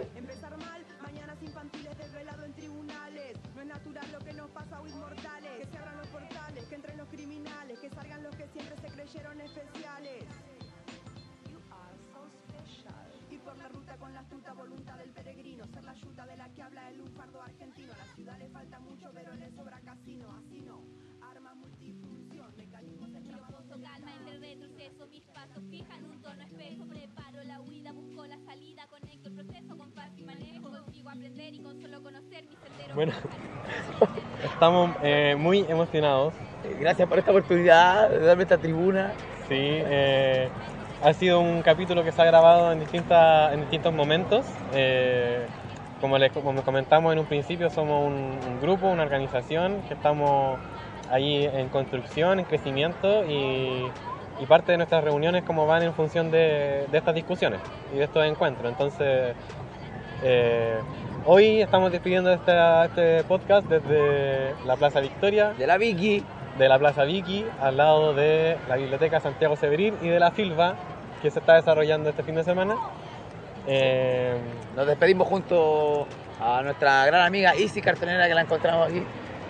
Bueno, estamos eh, muy emocionados. Gracias por esta oportunidad de darme esta tribuna. Sí, eh, ha sido un capítulo que se ha grabado en, distintas, en distintos momentos. Eh, como les como comentamos en un principio, somos un, un grupo, una organización que estamos ahí en construcción, en crecimiento y, y parte de nuestras reuniones como van en función de, de estas discusiones y de estos encuentros. Entonces, eh, hoy estamos despidiendo este, este podcast desde la Plaza Victoria. De la Vicky. De la Plaza Vicky, al lado de la Biblioteca Santiago Severín y de la Filva, que se está desarrollando este fin de semana. Eh, Nos despedimos junto a nuestra gran amiga Isi Cartonera, que la encontramos aquí.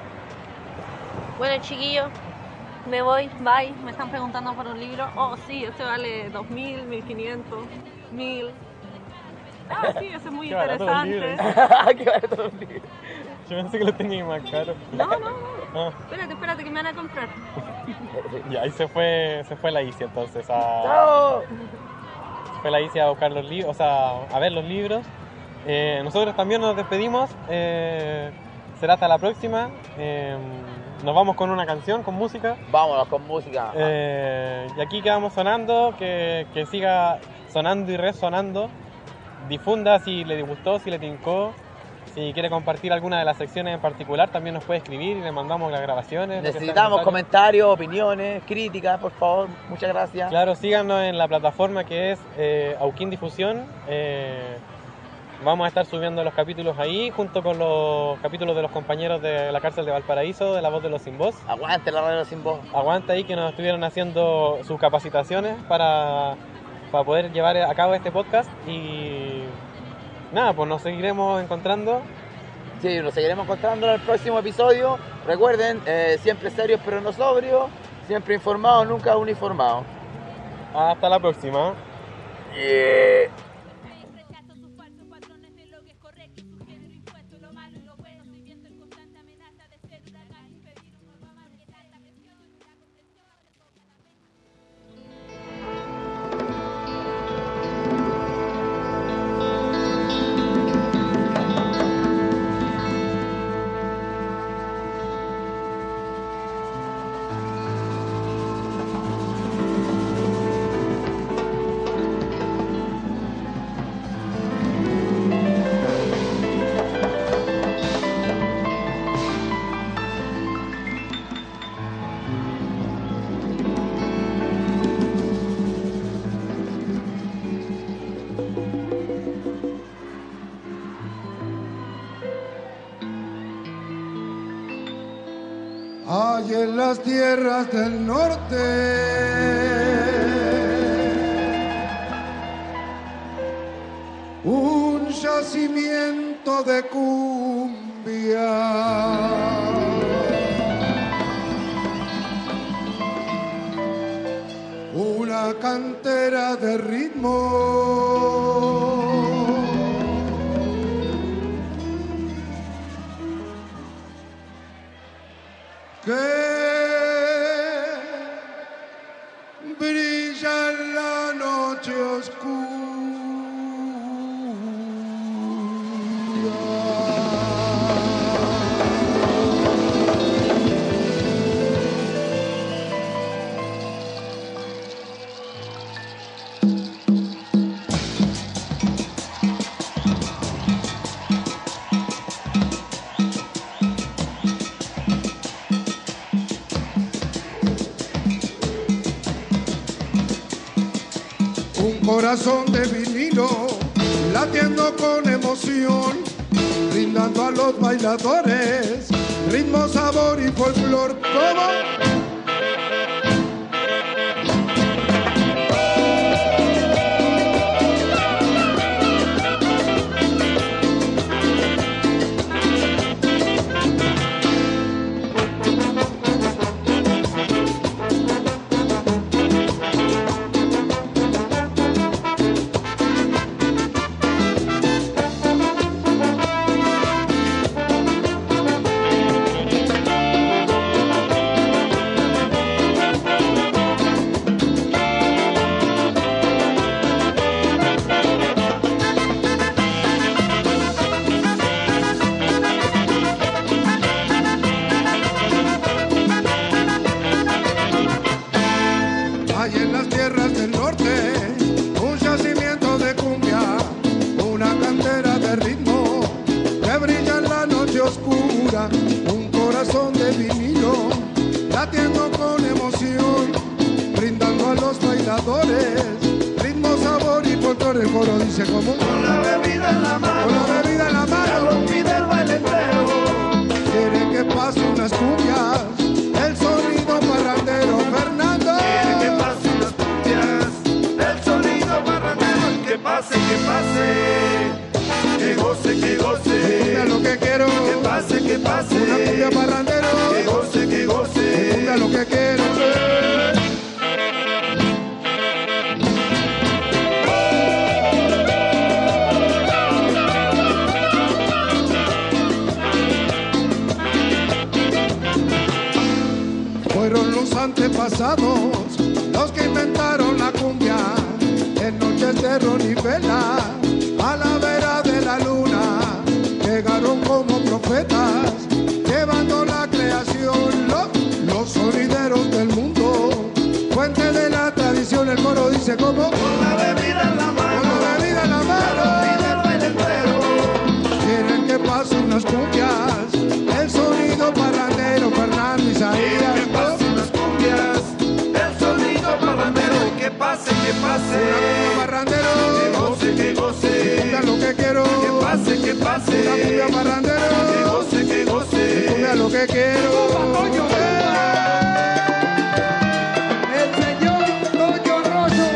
Bueno, chiquillos, me voy, bye. Me están preguntando por un libro. Oh, sí, este vale dos mil, mil quinientos, mil. Ah, sí, ese es muy Qué barato el interesante. Qué barato el libro. Yo pensé que lo tenía más caro. No, no, no. Ah. Espérate, espérate, que me van a comprar. Y ahí se fue, se fue la Isi entonces a... ¡Chao! Se fue la Isi a buscar los libros, o sea, a ver los libros. Eh, nosotros también nos despedimos. Eh, será hasta la próxima. Eh, nos vamos con una canción, con música. Vámonos con música. Eh, y aquí quedamos sonando, que, que siga sonando y resonando. Difunda si le gustó, si le tincó. Si quiere compartir alguna de las secciones en particular, también nos puede escribir y le mandamos las grabaciones. Necesitamos comentarios, opiniones, críticas, por favor. Muchas gracias. Claro, síganos en la plataforma que es eh, Auquín Difusión. Eh, vamos a estar subiendo los capítulos ahí, junto con los capítulos de los compañeros de la cárcel de Valparaíso, de La Voz de los Sin Voz. Aguante la radio Sin Voz. Aguante ahí que nos estuvieron haciendo sus capacitaciones para, para poder llevar a cabo este podcast. Y nada, pues nos seguiremos encontrando. Sí, nos seguiremos encontrando en el próximo episodio. Recuerden, eh, siempre serios pero no sobrios, siempre informados, nunca uniformados. Hasta la próxima. Yeah. Hay en las tierras del norte un yacimiento de cumbia, una cantera de ritmo, que brilla en la noche oscura. un corazón de vinilo, latiendo con emoción, brindando a los bailadores, ritmo, sabor y folclor. ¿Cómo? Un corazón de vinilo, latiendo con emoción, brindando a los bailadores, ritmo, sabor y folclore. El coro dice como con la bebida en la mano, con la bebida en la mano, lo pide el baile entero. Quiere que pase unas cumbias, el sonido parrandero. Fernando, quiere que pase unas cumbias, el sonido parrandero. Que pase, que pase, que goce, que goce. Cumbia lo que quiero, que pase, que pase. Una cumbia parrandero, que goce, que goce. Cumbia lo que quiero. Fueron los antepasados los que inventaron la cumbia en noches de ron y vela, a la vera de la luna. Llegaron como profetas, llevando la creación, los, los sonideros del mundo, fuente de la tradición. El coro dice como con la bebida en la mano, con la bebida en la mano, quieren que pase unas cumbias, el sonido parrandero. Fernando Isaías, que pase unas cumbias, el sonido parrandero. Que pase, que pase, una parrandero, que goce, que goce, cumbia lo que quiero. Que pase, que pase, una cumbia parrandero, que goce, que goce, cumbia lo que quiero. El señor Toño Rosso.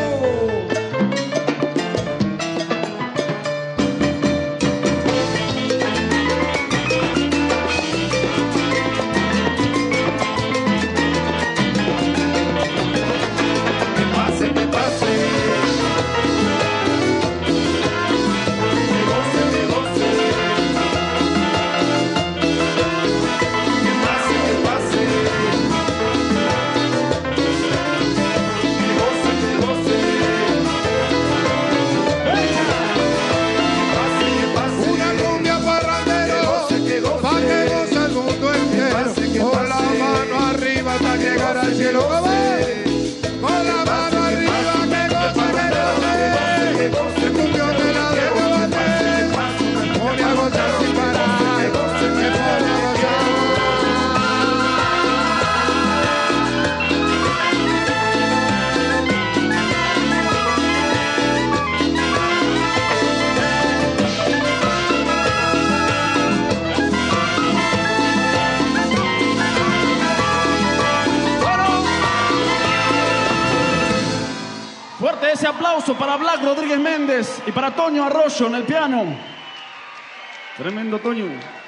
Que pase, que pase, que goce, que goce. Que pase, que pase, que goce, que goce. Que pase, que pase. Una cumbia parrandero, que goce, pa' que goce el mundo entero. Con la mano arriba hasta llegar al cielo. Con la mano arriba, que goce, que goce. El cumbión de la de Guabate, pone a gozar sin parar, me pone a gozar. Fuerte ese aplauso para Black Rodríguez Méndez y para Toño Arroyo en el piano. Tremendo Toño.